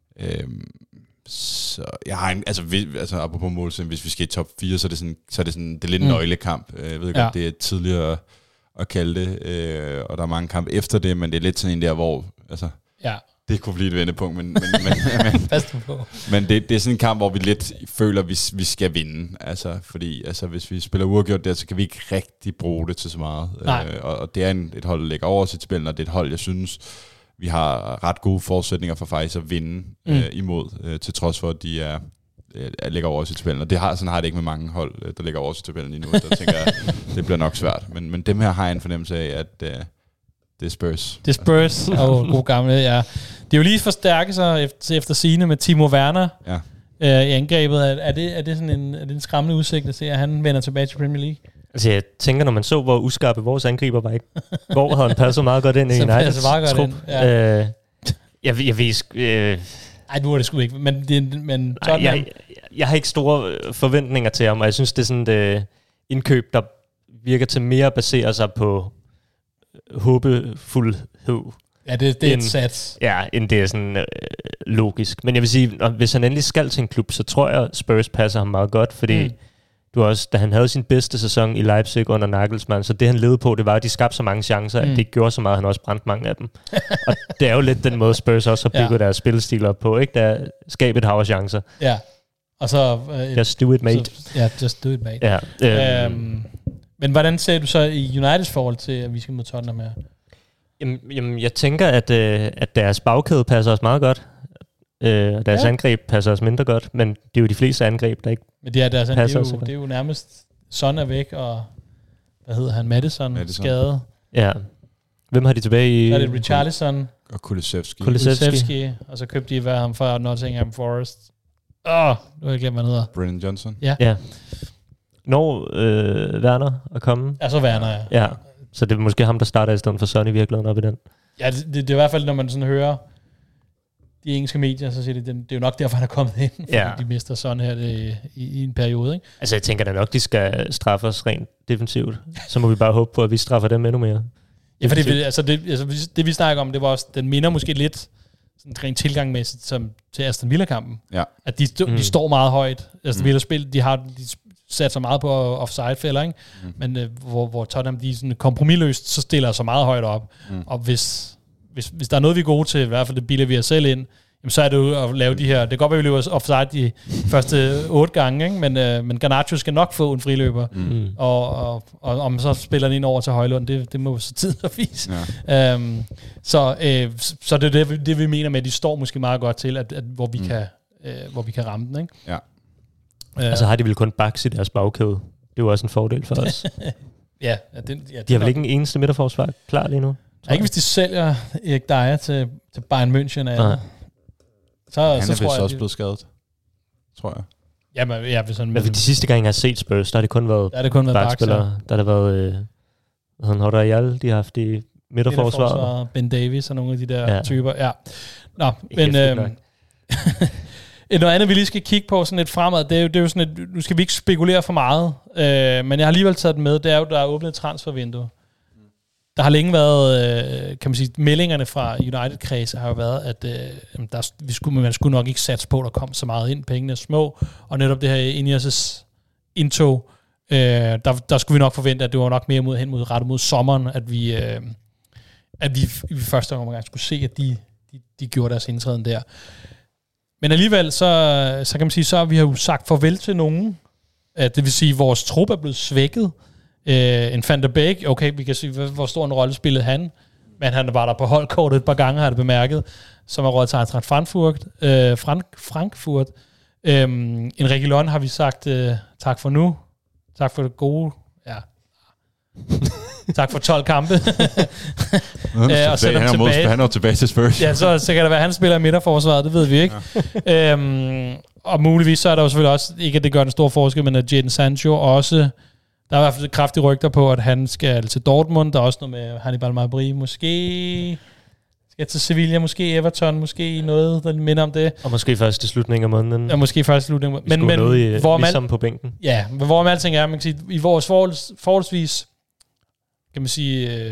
Så jeg har altså apropos målsætning, hvis vi skal i top 4, så er det sådan det er lidt en nøglekamp. Jeg ved godt, det er tidligere at kalde det, og der er mange kampe efter det, men det er lidt sådan en der, hvor det kunne blive et vendepunkt, men det er sådan en kamp, hvor vi lidt føler, at vi skal vinde. Altså, fordi hvis vi spiller uafgjort der, så kan vi ikke rigtig bruge det til så meget. Og det er et hold, der ligger over til spillet, og det er et hold, jeg synes, vi har ret gode forudsætninger for faktisk at vinde imod, til trods for, at de ligger over til tabellen. Og sådan har det ikke med mange hold, der ligger over til tabellen lige nu. Der tænker jeg, det bliver nok svært. Men dem her har jeg en fornemmelse af, at det er Spurs. Det er Spurs. God gamle, ja. Det er jo lige forstærket sig efter sigende med Timo Werner i angrebet. Er det sådan en skræmmende udsigt at se, at han vender tilbage til Premier League? Altså jeg tænker, når man så, hvor uskarpe vores angriber var, ikke? Hvor havde han passet meget godt ind i Uniteds trup. Jeg ved nej, nu er det sgu ikke, men jeg har ikke store forventninger til ham, og jeg synes, det er sådan et indkøb, der virker til mere at basere sig på håbefuldhed. Ja, det er et sats. Ja, end det er sådan logisk. Men jeg vil sige, hvis han endelig skal til en klub, så tror jeg, Spurs passer ham meget godt, fordi du også, da han havde sin bedste sæson i Leipzig under Nagelsmann, så det han levede på, det var, at de skabte så mange chancer, at det gjorde så meget, at han også brændte mange af dem. Og det er jo lidt den måde, Spurs også har bygget deres spillestil op på, ikke? Der skabe et hav af chancer. Ja, og så... just do it, mate. Just do it, mate. Ja. Men hvordan ser du så i Uniteds forhold til, at vi skal mod Tottenham her? Jamen, jeg tænker, at deres bagkæde passer os meget godt. Deres angreb passer os mindre godt, men det er jo de fleste angreb, der ikke passer os. Det er jo nærmest Son er væk, og hvad hedder han? Madison. Skade. Ja. Hvem har de tilbage i? Der er det Richarlison. Og Kulusevski. Og så købte de ham fra Nottingham Forest. Nu har jeg glemt, hvad han hedder. Brennan Johnson. Ja. Når Werner er kommet. Ja, så Werner, ja. Så det er måske ham, der starter i stedet for Son i virkeligheden op i den. Ja, det er i hvert fald, når man sådan hører de engelske medier, så siger de, det er jo nok derfor, han er kommet ind, fordi de mister Son her i en periode, ikke? Altså, jeg tænker da nok, de skal straffe os rent defensivt. Så må vi bare håbe på, at vi straffer dem endnu mere. Ja, for det vi snakker om, det var også, den minder måske lidt sådan rent tilgangmæssigt som til Aston Villa-kampen. Ja. At de står meget højt. Aston Villa-spil, de sat så meget på offside-fælder, ikke? Men hvor Tottenham, de er sådan kompromisløst, så stiller så meget højt op. Og hvis der er noget, vi er gode til, i hvert fald det bilder vi os selv ind, jamen, så er det jo at lave de her... Det kan godt være, vi løber offside de første 8 gange, ikke? Men Garnacho skal nok få en friløber. Og om så spiller den ind over til Højlund, det må så tid at vise. Ja. Så det er det, vi mener med, at de står måske meget godt til, at hvor vi kan ramme den, ikke? Ja. Altså har de vel kun backs i deres bagkæde. Det er jo også en fordel for os. De har vel ikke en eneste midterforsvar klar lige nu? Ikke hvis de sælger Erik Dyer til Bayern München. Han er vist også blevet skadet, tror jeg. Jamen, men de sidste gange, jeg har set Spurs, der har det kun været bakspillere. Der har været Hodrial, de har haft i midterforsvaret. Ben Davies og nogle af de der typer. Ja. Nå, men... noget andet, vi lige skal kigge på sådan lidt fremad, det er jo sådan et, nu skal vi ikke spekulere for meget, men jeg har alligevel taget det med, det er jo, der er åbnet et transfervindue. Der har længe været, kan man sige, meldingerne fra United-kredse har jo været, at man skulle nok ikke satse på, at der kom så meget ind, pengene er små, og netop det her Ineos' indtog, der skulle vi nok forvente, at det var nok mere rettet mod sommeren, at vi i første omgang skulle se, at de gjorde deres indtræden der. Men alligevel, så kan man sige, så vi har jo sagt farvel til nogen. Det vil sige, at vores trup er blevet svækket. En Van der Beek, okay, vi kan sige, hvor stor en rolle spillede han. men han var der på holdkortet et par gange, har jeg bemærket, som er råd til Eintracht Frankfurt. En Lund har vi sagt tak for nu. Tak for det gode. Ja. Tak for 12 kampe. Og sæt ham tilbage. Han er tilbage til Spurs. Ja, så kan det være, at han spiller i midterforsvaret, det ved vi ikke. Ja. Og muligvis så er der jo selvfølgelig også, ikke at det gør en stor forskel, men at Jadon Sancho også, der er i hvert fald kraftige rygter på, at han skal til Dortmund. Der er også noget med Hannibal Mabry, måske skal til Sevilla, måske Everton, måske noget, der minder om det. Og måske først i slutningen af måneden. Ja, måske først i slutningen af måneden. Men noget hvor ligesom på bænken. Ja, men hvor man alting er, man kan sige, i vores forholdsvis, kan man sige,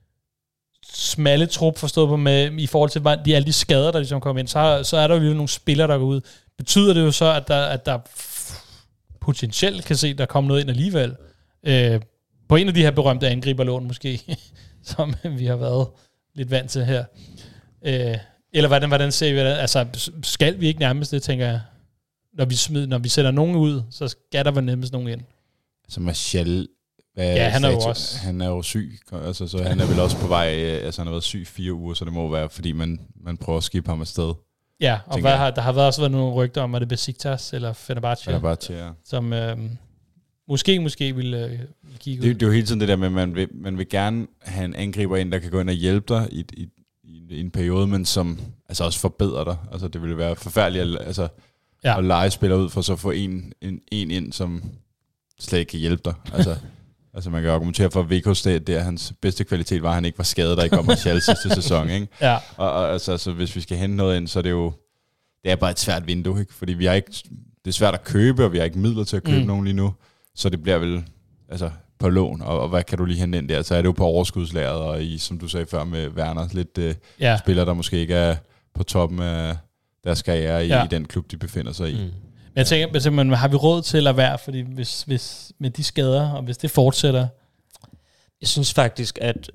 smalle trup forstået på med, i forhold til alle de skader, der ligesom kommer ind, så er der jo nogle spillere, der går ud. Betyder det jo så, at der potentielt kan se, der kommer noget ind alligevel? På en af de her berømte angriberlån måske, som vi har været lidt vant til her. Eller hvordan ser vi det? Altså, skal vi ikke nærmest det, tænker jeg? Når vi sender nogen ud, så skal der vel nærmest nogen ind. Så Martial, han er jo også... Han er jo syg, altså, så han er vel også på vej, altså han har været syg 4 uger, så det må være, fordi man prøver at skippe ham afsted. Ja, og der har også været nogle rygter om, at det Besiktas eller Fenerbahce, ja. Som måske vil kigge ud. Det er jo hele tiden det der med, man vil gerne have en angriber ind, der kan gå ind og hjælpe dig i en periode, men som altså også forbedrer dig. Altså det ville være forfærdeligt at lege spillere ud, for så at få en ind, som slet ikke kan hjælpe dig. Altså man kan argumentere for, at Vekos der hans bedste kvalitet var, at han ikke var skadet, der ikke kom Martial sidste sæson, ikke? Ja. Og altså hvis vi skal hente noget ind, så er det er bare et svært vindue, ikke? Fordi vi har ikke, det er svært at købe, og vi har ikke midler til at købe nogen lige nu, så det bliver vel altså på lån, og hvad kan du lige hente ind der? Så er det jo på overskudslæret, og som du sagde før med Werner, lidt spillere, der måske ikke er på toppen af deres karriere i den klub, de befinder sig i. Men jeg tænker simpelthen, har vi råd til at lade være, fordi hvis med de skader, og hvis det fortsætter? Jeg synes faktisk, at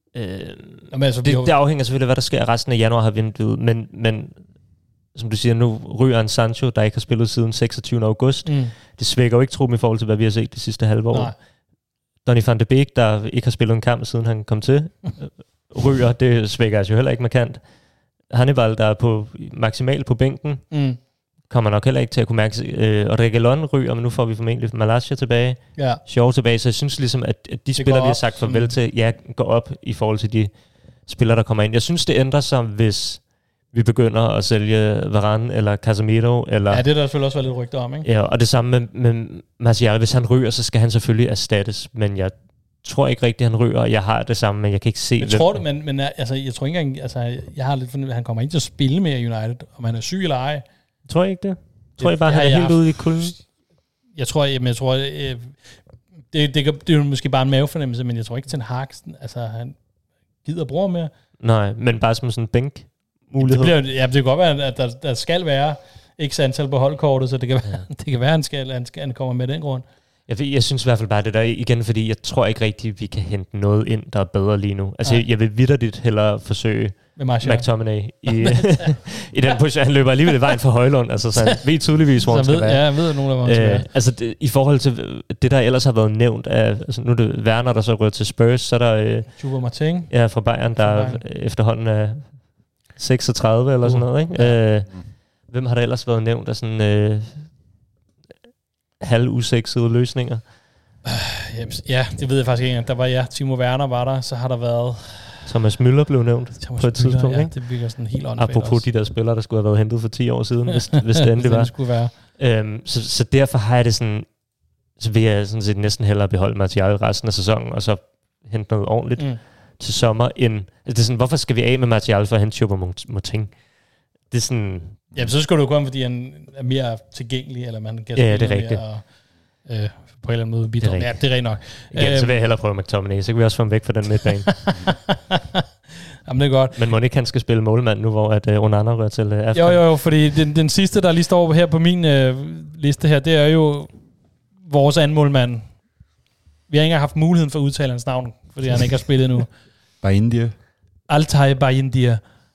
det afhænger selvfølgelig af, hvad der sker resten af januar, har vinduet, men som du siger, nu ryger en Sancho, der ikke har spillet siden 26. august. Det svækker jo ikke truppen i forhold til, hvad vi har set de sidste halve år. Nej. Donny van de Beek, der ikke har spillet en kamp, siden han kom til, ryger, det svækker altså jo heller ikke markant. Hannibal, der er på maksimalt på bænken, kommer nok heller ikke til at kunne mærke. Og Reguilón ryger, men nu får vi formentlig Malacia tilbage, Shaw tilbage, så jeg synes ligesom, at de spillere, vi har sagt farvel til, går op i forhold til de spillere, der kommer ind. Jeg synes, det ændrer sig, hvis vi begynder at sælge Varane eller Casemiro. Eller, ja, det er der selvfølgelig også været lidt rygter om, ikke? Ja, og det samme med Martial. Hvis han ryger, så skal han selvfølgelig erstattes, men jeg tror ikke rigtigt, han ryger. Jeg har det samme, men jeg kan ikke se det. Tror du, men altså, jeg tror ikke engang, altså, jeg har lidt fornemt, at han kommer ikke til at spille mere i United, om han er syg eller ej. Tror jeg ikke det? Tror jeg bare, han er helt ude i kulden? Jeg tror, det er jo måske bare en mavefornemmelse, men jeg tror ikke til en Harksen, altså han gider bruge mere. Nej, men bare som sådan en bænk mulighed. Det kan godt være, at der skal være x antal på holdkortet, så det kan være, at han kommer med den grund. Jeg synes i hvert fald bare det der igen, fordi jeg tror ikke rigtigt, vi kan hente noget ind, der er bedre lige nu. Altså jeg vil vitterligt hellere forsøge McTominay i den position. Han løber alligevel i vejen for Højlund, altså så han ved tydeligvis, hvor han skal være. Ja, jeg ved nogen, hvor han skal være. Altså i forhold til det, der ellers har været nævnt af, altså nu er det Werner, der så rører til Spurs, så er der Choupo-Moting. Ja, fra Bayern, der efterhånden er 36 eller sådan noget, ikke? Hvem har der ellers været nævnt af sådan halvuseksede løsninger? Ja, det ved jeg faktisk ikke. Der var Timo Werner var der, så har der været Thomas Müller blev nævnt på et tidspunkt, ja, ikke? Det bygger sådan helt åndfærdigt. Apropos også. De der spillere, der skulle have været hentet for 10 år siden, hvis det endelig var. Skulle være. Så derfor har jeg det sådan, så vil jeg sådan set næsten hellere beholde Martial resten af sæsonen, og så hente noget ordentligt til sommer, end det er sådan, hvorfor skal vi af med Martial for at hente Choupo-Moting? Det er sådan... Ja, så skulle det jo komme, fordi han er mere tilgængelig, eller man kan det er rigtigt. Mere, på en eller anden måde bidrage. Ja, det er rigtigt nok. Igen, så vil jeg hellere prøve McTominay, så kan vi også få ham væk fra den midtbane. Jamen, det er godt. Men må ikke han skal spille målmand nu, hvor at Onana rører til Afrika? Jo, fordi den sidste, der lige står her på min liste her, det er jo vores anden målmand. Vi har ikke engang haft muligheden for at udtale hans navn, fordi han ikke har spillet nu. Bayindir. Altay Bayindir.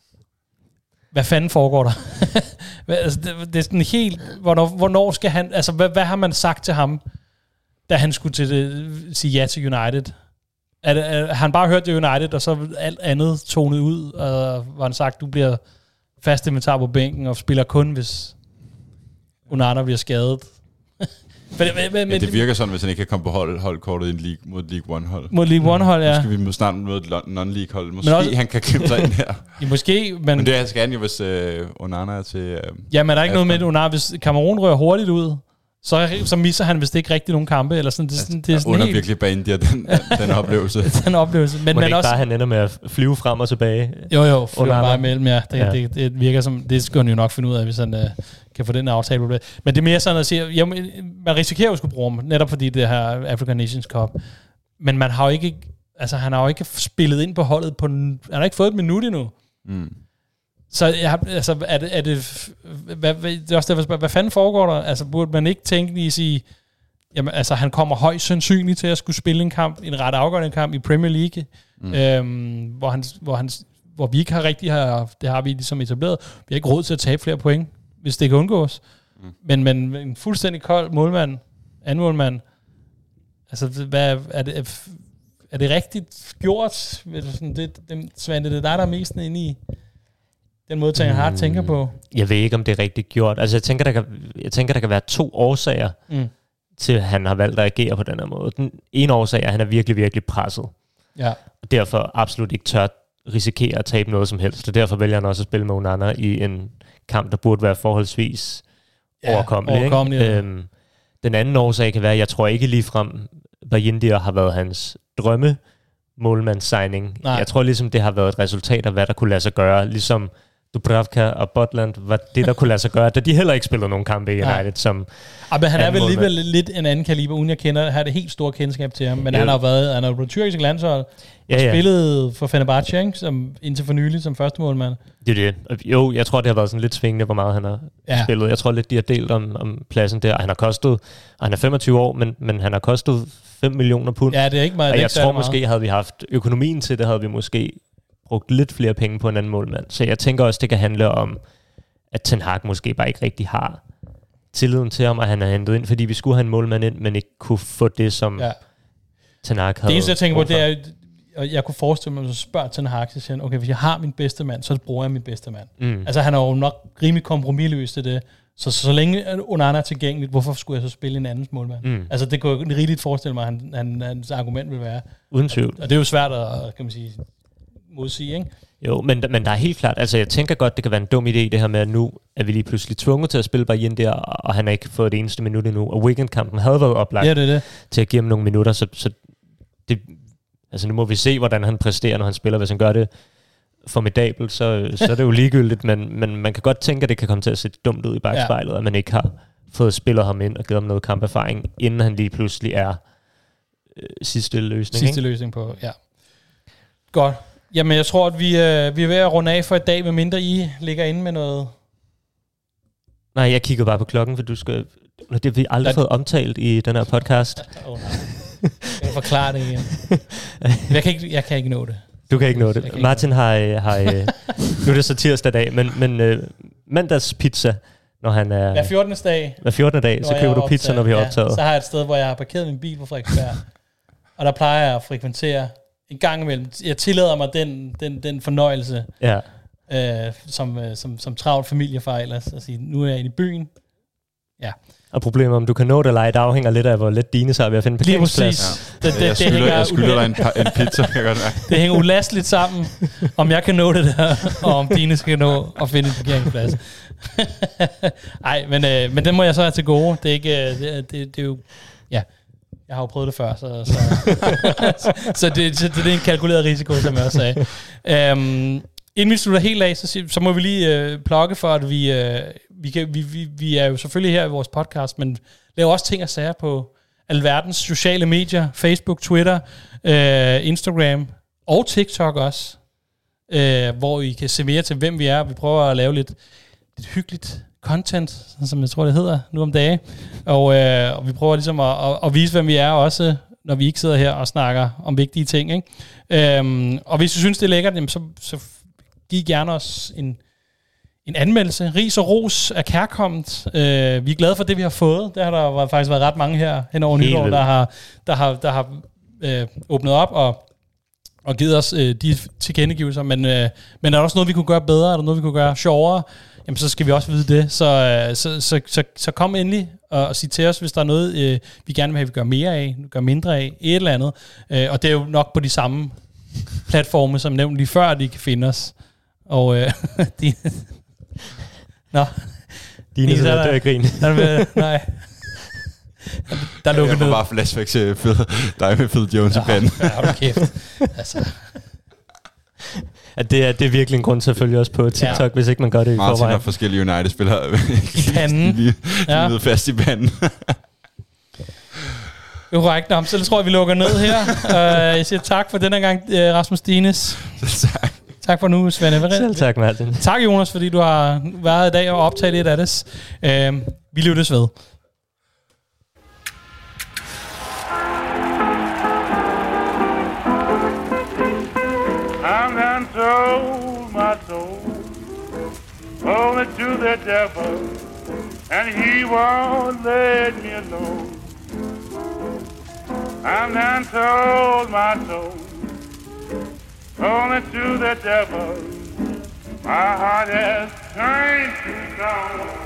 Hvad fanden foregår der? Altså, det er sådan helt... Hvornår skal han... Altså, hvad har man sagt til ham, da han skulle sige ja til United? Har han bare hørt det United, og så alt andet tonet ud, og hvor han sagt, du bliver fast inventar på bænken, og spiller kun, hvis Onana bliver skadet. Men det virker sådan, hvis han ikke kan komme på holdkortet i en league, mod League One-hold. Mod League One-hold, ja. Så skal vi snart møde et non-league-hold. Måske også, han kan kæmpe sig ind her. Ja, måske, men det skal han jo, hvis Onana er til... ja, men der er ikke noget med Onana. Hvis Cameroon rører hurtigt ud, så misser han vist ikke rigtig nogen kampe. Eller sådan. Det er sådan under virkelig bane, den oplevelse. Den oplevelse. Men ikke også, bare han ender med at flyve frem og tilbage? Jo, flyve bare imellem, ja. Det virker som... Det skal han jo nok finde ud af, hvis han... kan få den aftale på det. Men det er mere sådan at sige, jamen, man risikerer jo at skulle bruge ham, netop fordi det her African Nations Cup. Men man har jo ikke, altså han har jo ikke spillet ind på holdet han har ikke fået et minut endnu. Så er det er også derfor, hvad fanden foregår der? Altså burde man ikke tænke i at sige, jamen altså han kommer højst sandsynligt til at skulle spille en kamp, en ret afgørende kamp i Premier League, hvor vi ikke har rigtig det har vi ligesom etableret. Vi har ikke råd til at tabe flere point, hvis det kan undgås. Men en fuldstændig kold målmand, anden målmand, altså hvad er det rigtigt gjort? Svante, det er dig, der er mest inde i den måde, Ten Hag tænker på. Jeg ved ikke, om det er rigtigt gjort. Altså jeg tænker, der kan være 2 årsager til, at han har valgt at agere på den her måde. Den ene årsag er, at han er virkelig, virkelig presset. Ja. Og derfor absolut ikke tør risikere at tabe noget som helst. Og derfor vælger han også at spille med Onana i en kamp, der burde være forholdsvis overkommelig. Den anden årsag kan være, at jeg tror ikke ligefrem, Bayindir har været hans drømme målmandssigning. Jeg tror ligesom, det har været et resultat af, hvad der kunne lade sig gøre. Ligesom Dubravka og Butland var det, der kunne lade sig gøre, da de heller ikke spillede nogen kampe i United. Som men han er vel alligevel lidt en anden kaliber, uden jeg har det helt store kendskab til ham. Men han har jo på tyrkisk landshold og spillet for Fenerbahce, som indtil for nylig som første målmand. Det er det. Jo, jeg tror, det har været sådan lidt svingende, hvor meget han har spillet. Jeg tror lidt, de har delt om pladsen der. Han har kostet, og han er 25 år, men han har kostet 5 millioner pund. Ja, det er ikke meget. Og jeg tror måske, havde vi haft økonomien til det, havde vi måske brugt lidt flere penge på en anden målmand. Så jeg tænker også, det kan handle om, at Ten Hag måske bare ikke rigtig har tilliden til ham, og han har hentet ind, fordi vi skulle have en målmand ind, men ikke kunne få det, som Ten Hag havde. Det eneste, jeg tænker på, det er, og jeg kunne forestille mig, at spørge Ten Hag, så siger han, okay, hvis jeg har min bedste mand, så bruger jeg min bedste mand. Altså, han er jo nok rimelig kompromisløs til det. Så længe Onana er tilgængeligt, hvorfor skulle jeg så spille en andens målmand? Altså, det kunne jeg rigeligt forestille mig, at hans argument vil være. Uden tvivl. Og det er jo svært at, kan man sige, modsige, ikke? Jo, men der er helt klart, altså jeg tænker godt, det kan være en dum idé, det her med, at nu er vi lige pludselig tvunget til at spille Bayindir, og han har ikke fået det eneste minut endnu, og weekendkampen havde været oplagt til at give ham nogle minutter, så det, altså nu må vi se, hvordan han præsterer, når han spiller. Hvis han gør det formidabelt, så er det jo ligegyldigt, men man kan godt tænke, at det kan komme til at se dumt ud i bagspejlet, at man ikke har fået spillet ham ind og givet ham noget kamperfaring, inden han lige pludselig er sidste løsning. Sidste løsning på, Godt. Jamen, jeg tror, at vi er ved at runde af for i dag, medmindre I ligger inde med noget. Nej, jeg kigger bare på klokken, for det har vi aldrig fået omtalt i den her podcast. Nej. Jeg kan forklare det igen. Jeg kan ikke nå det. Du kan ikke nå det. Martin har nu er det så tirsdag dag, men mandags pizza, når han er... Hver 14. dag. Hver 14. dag, så køber du pizza, når vi har optaget. Så har jeg et sted, hvor jeg har parkeret min bil på Frederiksberg. Og der plejer jeg at frekventere en gang imellem. Jeg tillader mig den fornøjelse, som travlt familiefar ellers, at sige, nu er jeg inde i byen. Ja. Og problemet om du kan nå det eller ej, det afhænger lidt af, hvor let dine så er ved at finde parkeringsplads. Jeg skylder dig en pizza. Det hænger ulasteligt sammen, om jeg kan nå det der, og om dine skal nå at finde en parkeringsplads. Ej, men den må jeg så have til gode. Det er ikke, det er jo, jeg har jo prøvet det før, så det er en kalkuleret risiko, som jeg også sagde. Inden vi slutter helt af, så må vi lige plukke for, at vi er jo selvfølgelig her i vores podcast, men laver også ting og sager på alverdens sociale medier, Facebook, Twitter, Instagram og TikTok også, hvor I kan se mere til, hvem vi er. Vi prøver at lave lidt hyggeligt content, som jeg tror, det hedder nu om dagen. Og vi prøver ligesom at vise, hvem vi er også, når vi ikke sidder her og snakker om vigtige ting. Ikke? Og hvis I synes, det er lækkert, jamen, så giv gerne os en anmeldelse. Ris og ros er kærkomment. Vi er glade for det, vi har fået. Der har der faktisk været ret mange her hen over nytår, der har åbnet op, og og givet os de tilkendegivelser, men er der også noget, vi kunne gøre bedre, er der noget, vi kunne gøre sjovere, jamen så skal vi også vide det. Så kom endelig og sig til os, hvis der er noget, vi gerne vil have, vi gør mere af, gør mindre af, et eller andet. Og det er jo nok på de samme platforme, som nævnt lige før, at I kan finde os. Og Nå. Dine sidder dør i grin. Nej. Der lukker ned. Jeg får bare flashback til dig med Phil Jones i panden. Ja, har du kæft. Altså. At det er virkelig en grund til at følge os på TikTok, hvis ikke man gør det i forvejen. Martin har forskellige United-spillere i panden. lige nede fast i panden. Korrekt. Så tror jeg, vi lukker ned her. Jeg siger tak for denne gang, Rasmus Dines. Tak. Tak for nu, Svend Everett. Selv tak, Martin. Tak, Jonas, fordi du har været i dag og optaget lidt af det. Vi lyttes ved. I'm done sold my soul only to the devil, and he won't let me alone. I'm done sold my soul only to the devil. My heart has turned to stone.